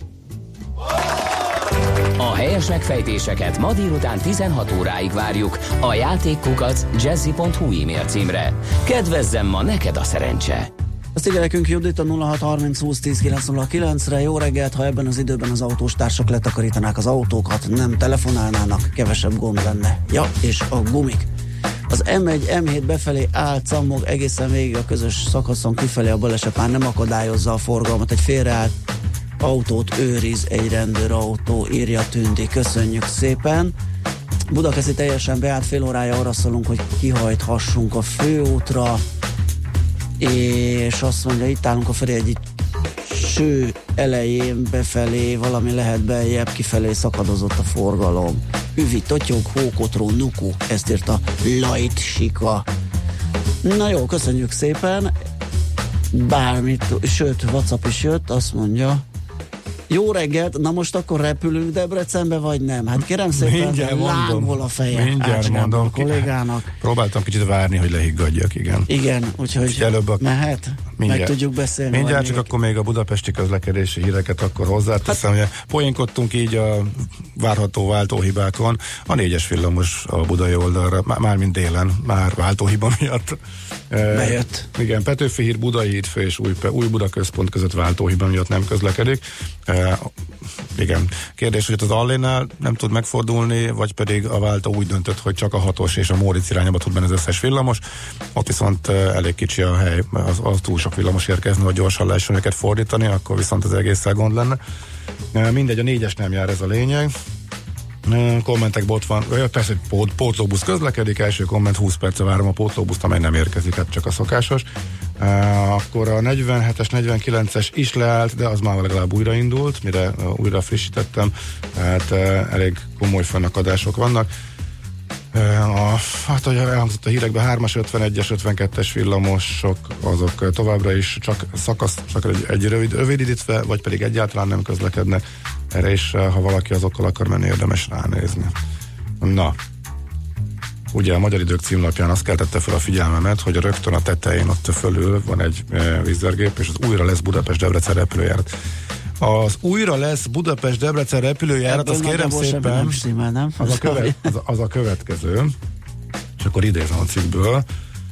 A helyes megfejtéseket ma délután tizenhat óráig várjuk a játékkukac jazzy pont hu e-mail címre. Kedvezzem ma neked a szerencse! Azt írja nekünk Judit a nulla hat harminc húsz tíz kilenc nulla kilencre. Jó reggelt, ha ebben az időben az autós társak letakarítanák az autókat, nem telefonálnának, kevesebb gond lenne. Ja, és a gumik. Az em egy em hét befelé áll, cammog egészen végig a közös szakaszon, kifelé a baleset már nem akadályozza a forgalmat. Egy félreállt autót őriz egy rendőrautó, írja Tündi. Köszönjük szépen. Budakeszi teljesen beállt, fél órája arra szólunk, hogy kihajthassunk a főútra, és azt mondja, itt állunk a felé egy ső elején, befelé, valami lehet beljebb, kifelé szakadozott a forgalom. Üvi, totyog, hókotró, nuku, ezt írta Light Sika. Na jó, köszönjük szépen. Bármit, sőt, WhatsApp is jött, azt mondja, jó reggelt, na most akkor repülünk Debrecenbe, vagy nem? Hát kérem szépen, lángol a feje. Mindjárt mondom. A kollégának. Próbáltam kicsit várni, hogy lehiggadjak, igen. Igen, úgyhogy a... mehet? Mindjárt. Meg tudjuk beszélni. Mindjárt, csak még akkor még a budapesti közlekedési híreket akkor hozzáteszem, hát... hogy poénkodtunk így a várható váltóhibákon. A négyes villamos a budai oldalra, mármint délen, már váltóhiba miatt. Bejött. E, igen, Petőfi híd, Budai hídfő és Új, Új Buda központ között váltóhiba miatt nem közlekedik. E, igen. Kérdés, hogy az Allénál nem tud megfordulni, vagy pedig a váltó úgy döntött, hogy csak a hatos és a Móricz irányába tud menni az összes villamos. Ott viszont elég kicsi a hely, az, az túl sok villamos érkezni, hogy gyorsan lehessen őket fordítani, akkor viszont az egészen gond lenne. E, mindegy, a négyes nem jár, ez a lényeg. Kommentekben ott van, persze, hogy pót, pótlóbusz közlekedik, első komment, húsz perce várom a pótlóbuszt, amely nem érkezik, hát csak a szokásos. Uh, akkor a negyvenhetes, negyvenkilences is leállt, de az már legalább újraindult, mire uh, újra frissítettem, hát uh, elég komoly fennakadások vannak. Uh, a, hát, ahogy elhangzott a hírekben, hármas, ötvenegyes, ötvenkettes villamosok, azok továbbra is csak szakasz, csak egy, egy rövid, rövidítve, vagy pedig egyáltalán nem közlekednek. Erre is, ha valaki azokkal akar menni, érdemes ránézni. Na, ugye a Magyar Idők címlapján azt keltette fel a figyelmemet, hogy rögtön a tetején ott fölül van egy e, vízergép, és az újra lesz Budapest-Debrecen repülőjárat. Az újra lesz Budapest-Debrecen repülőjárat, azt kérem szépen, nem stimmel, nem? Az, a követ, az, az a következő, és akkor idézem a cikkből.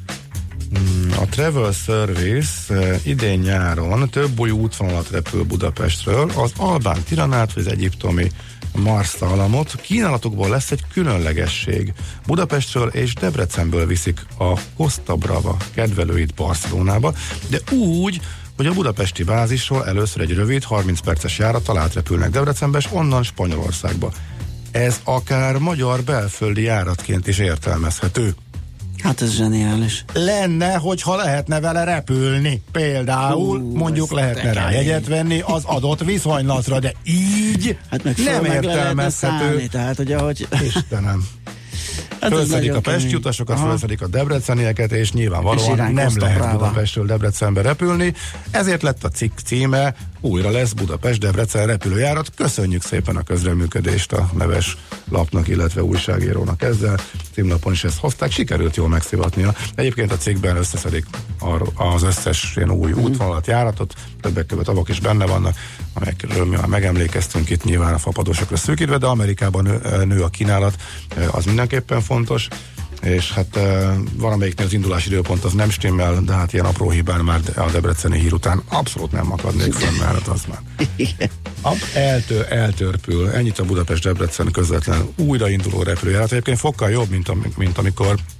A Travel Service idén nyáron több új útvonalat repül Budapestről, az albán Tiranát, vagy az egyiptomi Marsalamot. Kínálatokból lesz egy különlegesség. Budapestről és Debrecenből viszik a Costa Brava kedvelőit Barcelonába, de úgy, hogy a budapesti bázisról először egy rövid, harminc perces járattal átrepülnek Debrecenbe, és onnan Spanyolországba. Ez akár magyar belföldi járatként is értelmezhető. Hát ez zseniális. Lenne, hogyha lehetne vele repülni. Például Hú, mondjuk lehetne rá jegyet venni az adott viszonylatra, de így hát meg nem meg értelmezhető. Tehát, ugye, hogy... Istenem. Hát fölszedik a pesti utasokat, fölszedik a debrecenieket, és nyilvánvalóan és nem lehet ráva. Budapestről Debrecenbe repülni. Ezért lett a cikk címe, újra lesz Budapest-Debrecen repülőjárat. Köszönjük szépen a közreműködést a neves lapnak, illetve újságírónak ezzel. Címlapon is ezt hozták, sikerült jól megszivatnia. Egyébként a cikkben összeszedik az összes ilyen új mm. útvonalat, járatot, többek között avak is benne vannak, amelyekről mi már megemlékeztünk itt, nyilván a fapadósokra szűkítve, de Amerikában nő, nő a kínálat, az mindenképpen fontos, és hát uh, valamelyiknél az indulási időpont az nem stimmel, de hát ilyen apró hibán már a debreceni hír után abszolút nem akadnék fönn, mert az már Ab, eltör, eltörpül. Ennyit a Budapest-Debrecen közvetlen újrainduló repülőjárat. Egyébként fokkal jobb, mint, am, mint amikor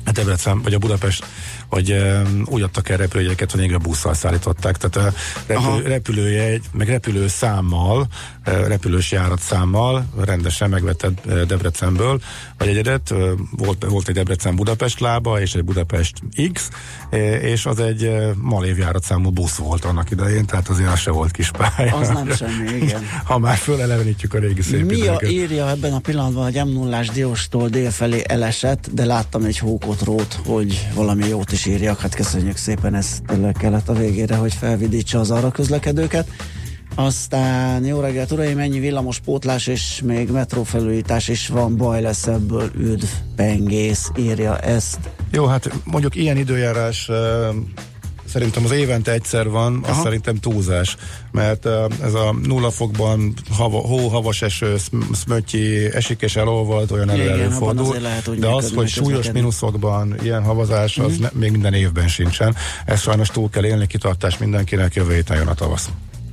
a Debrecen, vagy a Budapest, vagy um, úgy adtak el repülőjegyeket, hogy még a busszal szállították. Tehát a repülő, repülőjegy, meg repülőszámmal, repülős járatszámmal rendesen megvetted Debrecenből, vagy egyedet, volt, volt egy Debrecen-Budapest lába, és egy Budapest X, és az egy Malév járatszámú busz volt annak idején, tehát azért az se volt kis pálya. Az nem semmi, igen. Ha már fölelevenítjük a régi szép Mi időket. a írja ebben a pillanatban, hogy em nullás Dióstól délfelé elesett, de láttam egy hókotrót, hogy valami jót is írjak. Hát köszönjük szépen, ez tényleg kellett a végére, hogy felvidítsa az arra közlekedőket. Aztán jó reggelt, uraim, ennyi villamos pótlás és még metrófelújítás is van, baj lesz ebből, üdv, pengész, írja ezt. Jó, hát mondjuk ilyen időjárás uh, szerintem az évente egyszer van, az szerintem túlzás, mert uh, ez a nulla fokban hava, hó, havas eső, szmöttyi, esik és elolvad, olyan elő előfordul, de az, hogy súlyos mínuszokban ilyen havazás, az mm-hmm. ne, még minden évben sincsen. Ez sajnos túl kell élni, kitartás mindenkinek, jövő héten jön a tavasz.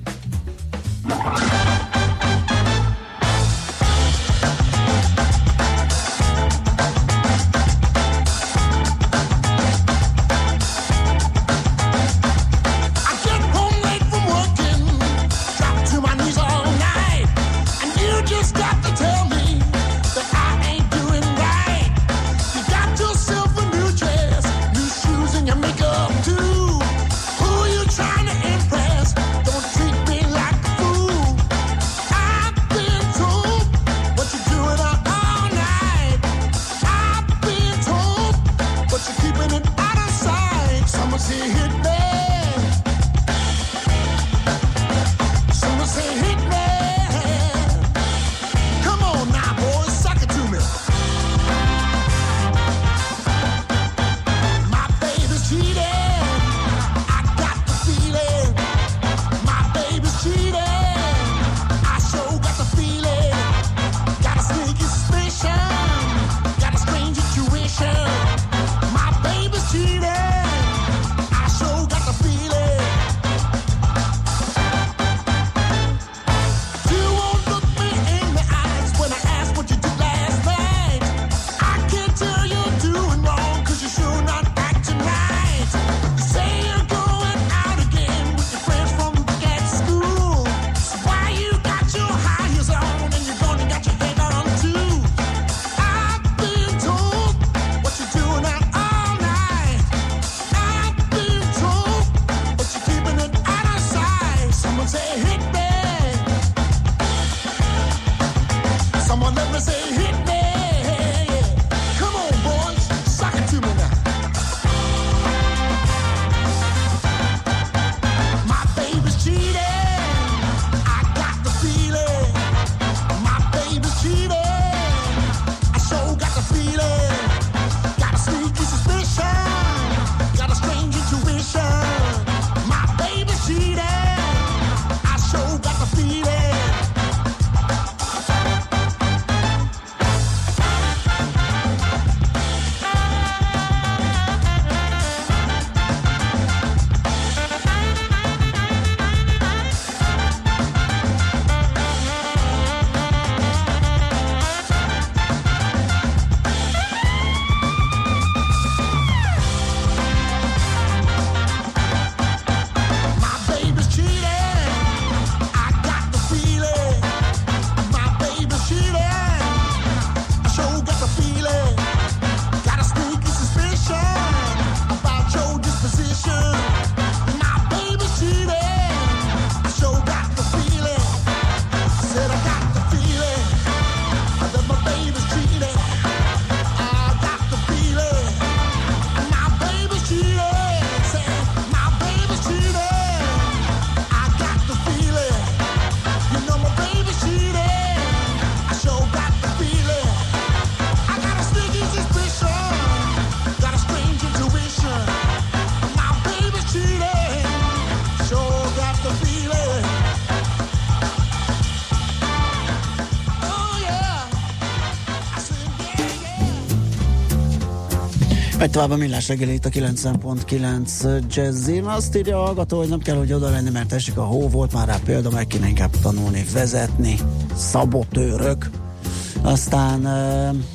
Megy tovább a millás reggeli itt a kilencven pont kilenc Jazzin. Azt írja a hallgató, hogy nem kell, hogy oda lenni, mert esik a hó, volt már rá példa, meg kéne inkább tanulni, vezetni, szabotőrök. Aztán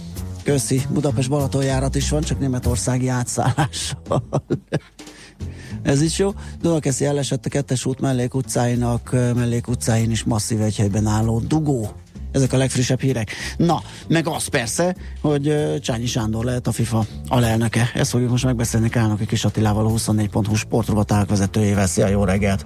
Köszi. Budapest-Balatonjárat is van, csak németországi átszállással. Ez is jó. Dunakeszi elesett a kettes út mellékutcáinak, mellékutcáin is masszív egy helyben álló dugó. Ezek a legfrissebb hírek. Na, meg az persze, hogy Csányi Sándor lehet a FIFA alelnöke. Ezt fogjuk most megbeszélni Kálnoki Kis Attilával, a huszonnégy pont hu sportrovatának vezetőjével. Szia, jó reggelt!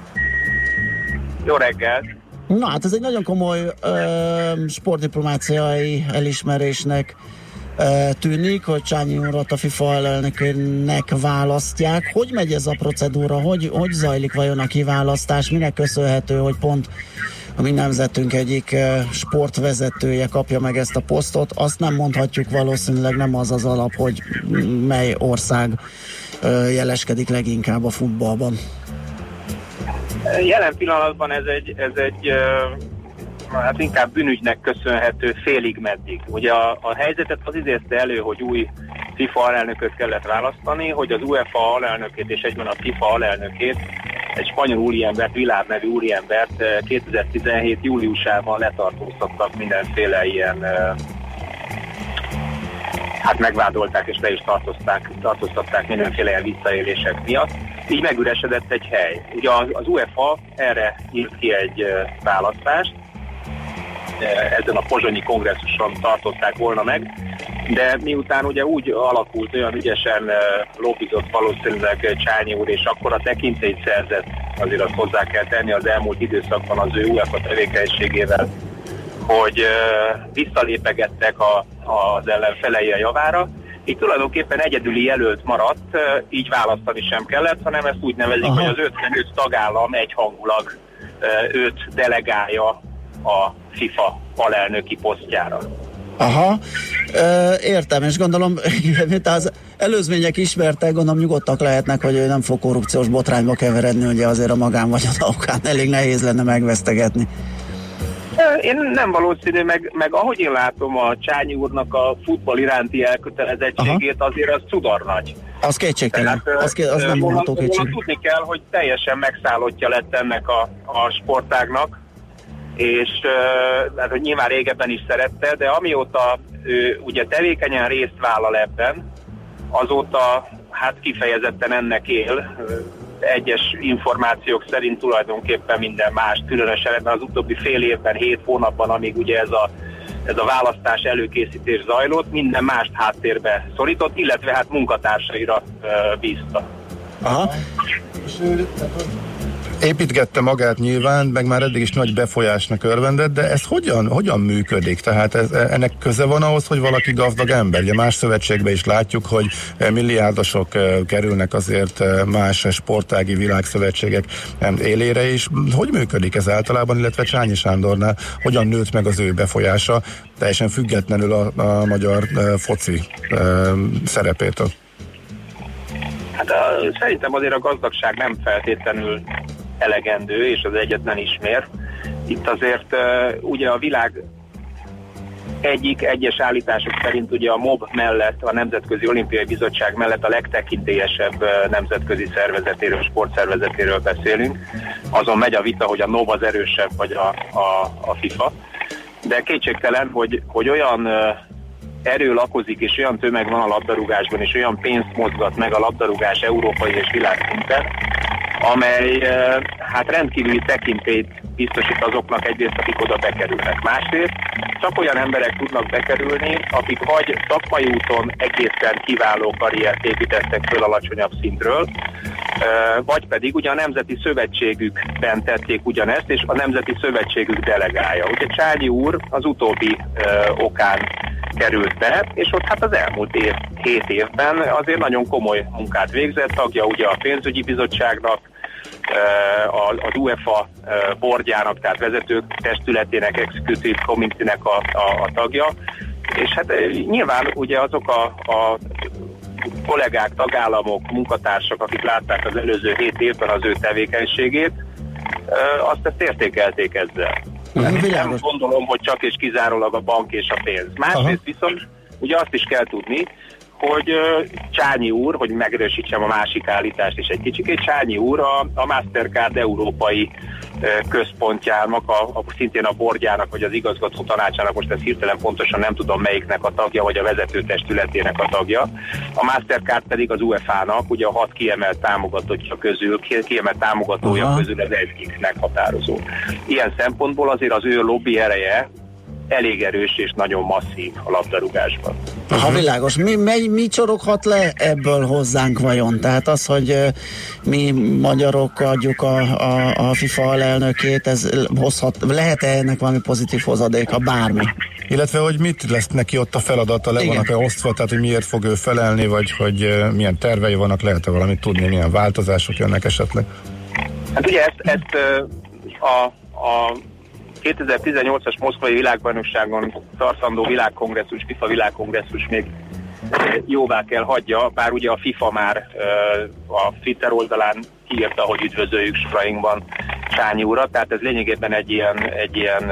Jó reggelt! Na, hát ez egy nagyon komoly ö, sportdiplomáciai elismerésnek ö, tűnik, hogy Csányi urat a FIFA alelnökének választják. Hogy megy ez a procedúra? Hogy, hogy zajlik vajon a kiválasztás? Minek köszönhető, hogy pont a mi nemzetünk egyik sportvezetője kapja meg ezt a posztot? Azt nem mondhatjuk, valószínűleg nem az az alap, hogy mely ország jeleskedik leginkább a futballban. Jelen pillanatban ez egy, ez egy hát inkább bűnügynek köszönhető félig meddig. Ugye a, a helyzetet az idézte elő, hogy új FIFA alelnököt kellett választani, hogy az UEFA alelnökét és egyben a FIFA alelnökét, egy spanyol úriembert, Villar nevű úriembert kétezer-tizenhét júliusában letartóztattak mindenféle ilyen, hát megvádolták és le is tartóztatták, tartóztatták mindenféle ilyen visszaélések miatt. Így megüresedett egy hely. Ugye az, az UEFA erre írt ki egy választást, ezen a pozsonyi kongresszuson tartották volna meg, de miután ugye úgy alakult, olyan ügyesen lobbizott valószínűleg Csányi úr, és akkor a tekintélyt szerzett, azért azt hozzá kell tenni az elmúlt időszakban az ő UEFA tevékenységével, hogy visszalépegettek a, az ellenfelei a javára, így tulajdonképpen egyedüli jelölt maradt, így választani sem kellett, hanem ezt úgy nevezik, Aha. hogy az ötvenöt tagállam egyhangulag őt delegálja a FIFA alelnöki posztjára. Aha, ö, értem, és gondolom, mint az előzmények ismertek, gondolom nyugodtak lehetnek, hogy ő nem fog korrupciós botrányba keveredni, ugye azért a magánvagyona okán elég nehéz lenne megvesztegetni. Én nem valószínű, meg, meg ahogy én látom a Csányi úrnak a futball iránti elkötelezettségét, Aha. azért az cudarnagy. Az kétségtelen, Tehát, az, ké, az nem mondható kétség. Tudni kell, hogy teljesen megszállottja lett ennek a, a sportágnak, és hát, hogy nyilván régebben is szerette, de amióta ő ugye tevékenyen részt vállal ebben, azóta hát kifejezetten ennek él. Egyes információk szerint tulajdonképpen minden más, különösen ebben az utóbbi fél évben, hét hónapban, amíg ugye ez a, ez a választás előkészítés zajlott, minden mást háttérbe szorított, illetve hát munkatársaira uh, bízta. Aha. Építgette magát nyilván, meg már eddig is nagy befolyásnak örvendett, de ez hogyan, hogyan működik? Tehát ez, ennek köze van ahhoz, hogy valaki gazdag ember? Ugye más szövetségben is látjuk, hogy milliárdosok kerülnek azért más sportági világszövetségek élére is. Hogy működik ez általában, illetve Csányi Sándornál hogyan nőtt meg az ő befolyása, teljesen függetlenül a, a magyar foci szerepétől? Hát a, szerintem azért a gazdagság nem feltétlenül elegendő, és az egyetlen ismér. Itt azért uh, ugye a világ egyik egyes állítások szerint ugye a MOB mellett, a Nemzetközi Olimpiai Bizottság mellett a legtekintélyesebb uh, nemzetközi szervezetéről, sportszervezetéről beszélünk. Azon megy a vita, hogy a NOB az erősebb, vagy a, a, a FIFA. De kétségtelen, hogy, hogy olyan uh, erő lakozik, és olyan tömeg van a labdarúgásban, és olyan pénzt mozgat meg a labdarúgás európai és világszinten, amely hát rendkívüli tekintélyt biztosít azoknak egyrészt, akik oda bekerülnek. Másrészt csak olyan emberek tudnak bekerülni, akik vagy szakmai úton egészen kiváló karriert építettek föl alacsonyabb szintről, vagy pedig ugye a Nemzeti Szövetségükben tették ugyanezt, és a Nemzeti Szövetségük delegálja. Ugye Csányi úr az utóbbi okán került be, és ott hát az elmúlt év, hét évben azért nagyon komoly munkát végzett, tagja ugye a pénzügyi bizottságnak, az UEFA bordjának, tehát vezetők testületének, executive committee-nek a, a, a tagja, és hát nyilván ugye azok a, a kollégák, tagállamok, munkatársak, akik látták az előző hét évben az ő tevékenységét, azt ezt értékelték ezzel. Nem, nem gondolom, hogy csak és kizárólag a bank és a pénz. Másrészt viszont ugye azt is kell tudni, hogy uh, Csányi úr, hogy megerősítsem a másik állítást is egy kicsikét, Csányi úr a, a Mastercard európai uh, központjának, a, a, szintén a bordjának, vagy az igazgató tanácsának, most ezt hirtelen pontosan nem tudom melyiknek a tagja, vagy a vezetőtestületének a tagja. A Mastercard pedig az UEFA-nak, ugye a hat kiemelt támogatottja közül, kiemelt támogatója Aha. közül az egyik meghatározó. Ilyen szempontból azért az ő lobby ereje elég erős és nagyon masszív a labdarúgásban. Ha világos, mi, mi, mi csoroghat le ebből hozzánk vajon? Tehát az, hogy uh, mi magyarok adjuk a, a, a FIFA alelnökét, ez hozhat, lehet-e ennek valami pozitív hozadéka, bármi? Illetve, hogy mit lesz neki ott a feladata, le vannak-e osztva, tehát hogy miért fog ő felelni, vagy hogy uh, milyen tervei vannak, lehet-e valamit tudni, milyen változások jönnek esetleg? Hát ugye ezt, ezt uh, a, a kétezer-tizennyolcas Moszkvai világbajnokságon tartandó világkongresszus, FIFA világkongresszus még jóvá kell hagyja, bár ugye a FIFA már a Twitter oldalán kiírta, hogy üdvözöljük sorainkban Csányi urat, tehát ez lényegében egy ilyen, egy ilyen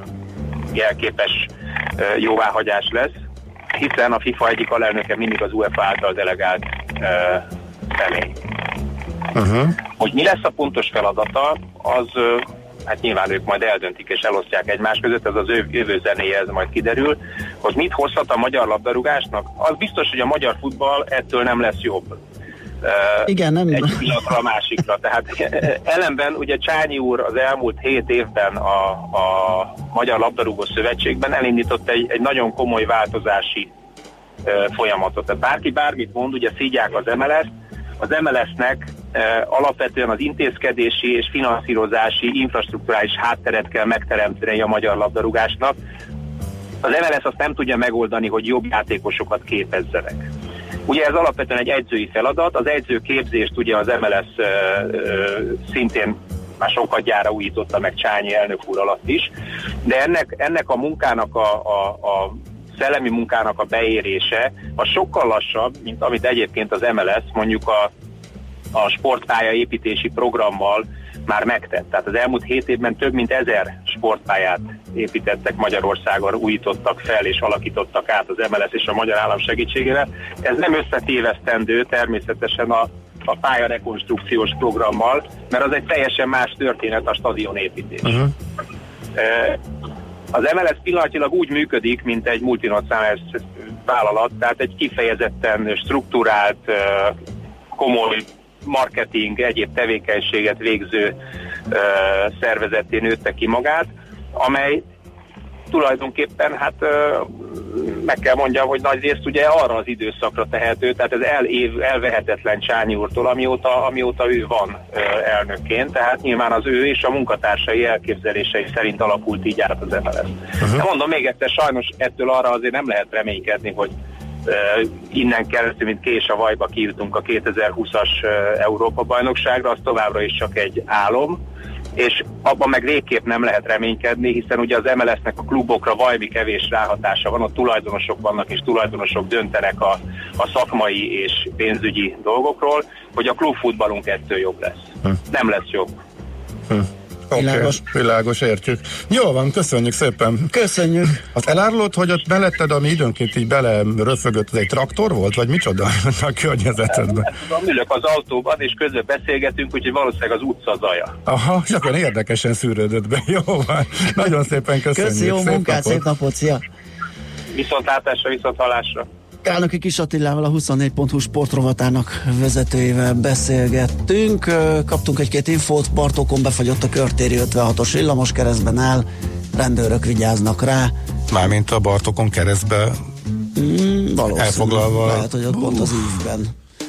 jelképes jóváhagyás lesz, hiszen a FIFA egyik alelnöke mindig az UEFA által delegált személy. Uh-huh. Hogy mi lesz a pontos feladata, az hát nyilván ők majd eldöntik és elosztják egymás között, ez az ő jövő zenéje, ez majd kiderül, hogy mit hozhat a magyar labdarúgásnak. Az biztos, hogy a magyar futball ettől nem lesz jobb. Uh, Igen, nem. Egy pillanatra a másikra. Tehát ellenben ugye Csányi úr az elmúlt hét évben a, a Magyar Labdarúgó Szövetségben elindított egy, egy nagyon komoly változási uh, folyamatot. Tehát bárki bármit mond, ugye szígyák az em el es, az em el es-nek e, alapvetően az intézkedési és finanszírozási infrastrukturális hátteret kell megteremteni a magyar labdarúgásnak. Az em el es azt nem tudja megoldani, hogy jobb játékosokat képezzenek. Ugye ez alapvetően egy edzői feladat, az edzőképzést ugye az em el es e, e, szintén már sokadjára újította meg Csányi elnök úr alatt is, de ennek, ennek a munkának a, a, a szellemi munkának a beérése az sokkal lassabb, mint amit egyébként az em el es mondjuk a, a sportpálya építési programmal már megtett. Tehát az elmúlt hét évben több mint ezer sportpályát építettek Magyarországon, újítottak fel és alakítottak át az em el es és a magyar állam segítségével. Ez nem összetévesztendő természetesen a, a pálya rekonstrukciós programmal, mert az egy teljesen más történet, a stadionépítés. Uh-huh. E, Az em el es pillanatilag úgy működik, mint egy multinacionális vállalat, tehát egy kifejezetten strukturált, komoly marketing, egyéb tevékenységet végző szervezetté nőtte ki magát, amely tulajdonképpen, hát meg kell mondjam, hogy nagy részt ugye arra az időszakra tehető, tehát ez el, év, elvehetetlen Csányi úrtól, amióta, amióta ő van elnökként, tehát nyilván az ő és a munkatársai elképzelései szerint alakult így át az em el es. Uh-huh. De mondom még egyszer, sajnos ettől arra azért nem lehet reménykedni, hogy uh, innen keresztül, mint kés a vajba kijutunk a kétezer-húszas uh, Európa-bajnokságra, az továbbra is csak egy álom, és abban meg végképp nem lehet reménykedni, hiszen ugye az em el es-nek a klubokra valami kevés ráhatása van, ott tulajdonosok vannak, és tulajdonosok döntenek a, a szakmai és pénzügyi dolgokról, hogy a klubfutballunk ettől jobb lesz. Hm. Nem lesz jobb. Hm. Oké, okay, világos, értjük. Jó van, köszönjük szépen. Köszönjük. Azt elárulod, hogy ott melletted, ami időnként így bele röfögött, az egy traktor volt, vagy micsoda a környezetedben? Nem, ülök az autóban, és közben beszélgetünk, úgyhogy valószínűleg az utca zaja. Aha, és akkor érdekesen szűrődött be. Jó van, nagyon szépen köszönjük. Köszi, jó szép munkát, napot. szép napot, szia! Viszontlátásra, viszonthallásra. Kálnoki Kis Attilával, a huszonnégy pont hu sportrovatának vezetőjével beszélgettünk. Kaptunk egy-két infót, Bartókon befagyott a körtéri ötvenhatos villamos, keresztben áll, rendőrök vigyáznak rá. Mármint a Bartókon keresztbe mm, elfoglalva. Lehet, hogy ott pont az ívben.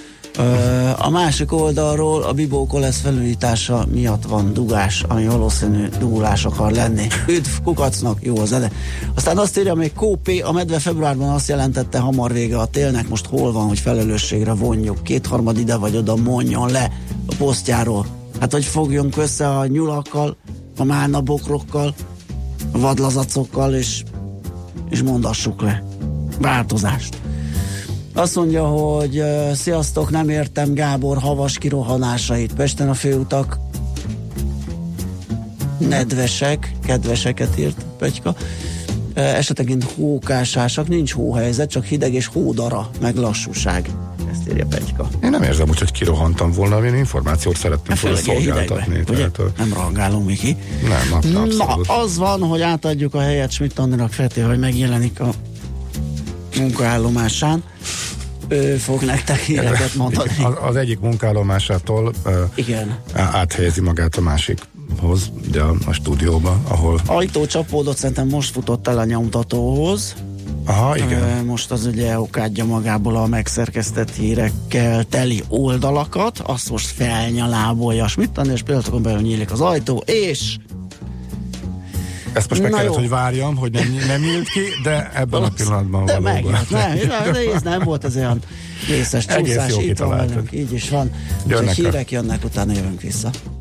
A másik oldalról a Bibó Kolesz felújítása miatt van dugás, ami valószínű dugulás akar lenni. Üdv, kukacnak, jó az ede. Aztán azt írja még Kópé, a medve februárban azt jelentette, hamar vége a télnek, most hol van, hogy felelősségre vonjuk. Kétharmad ide vagy oda mondjon le a posztjáról. Hát, hogy fogjunk össze a nyulakkal, a málnabokrokkal, a vadlazacokkal, és, és mondassuk le. Változást. Azt mondja, hogy uh, sziasztok, nem értem Gábor havas kirohanásait. Pesten a főutak nedvesek, kedveseket írt Petyka. Esetenként hókásásak, nincs hóhelyzet, csak hideg és hódara, meg lassúság. Ezt írja Pegyka. Én nem érzem úgy, hogy kirohantam volna, én információt szerettem volna szolgáltatni. Ugye? Nem rangálunk, Miki. Nem, nem, Na, az van, hogy átadjuk a helyet Schmidt Andinak, Feti, hogy megjelenik a munkaállomásán. Ő fog nektek híreket mondani. Az, az egyik munkaállomásától igen. áthelyezi magát a másikhoz, de a, a stúdióba, ahol... Ajtó csapódott, szerintem most futott el a nyomtatóhoz. Aha, igen. Most az ugye okádja magából a megszerkesztett hírekkel teli oldalakat, azt most felnyalábolja Schmidt Andi, és pillanatokon belül nyílik az ajtó, és... Ezt most meg kellett, jó. hogy várjam, hogy nem, nem nyílt ki, de ebben a pillanatban de valóban. Meg, nem, nem, nem volt ez olyan részes csúszás, itt van velünk, így is van. Úgyhogy hírek jönnek, utána jövünk vissza.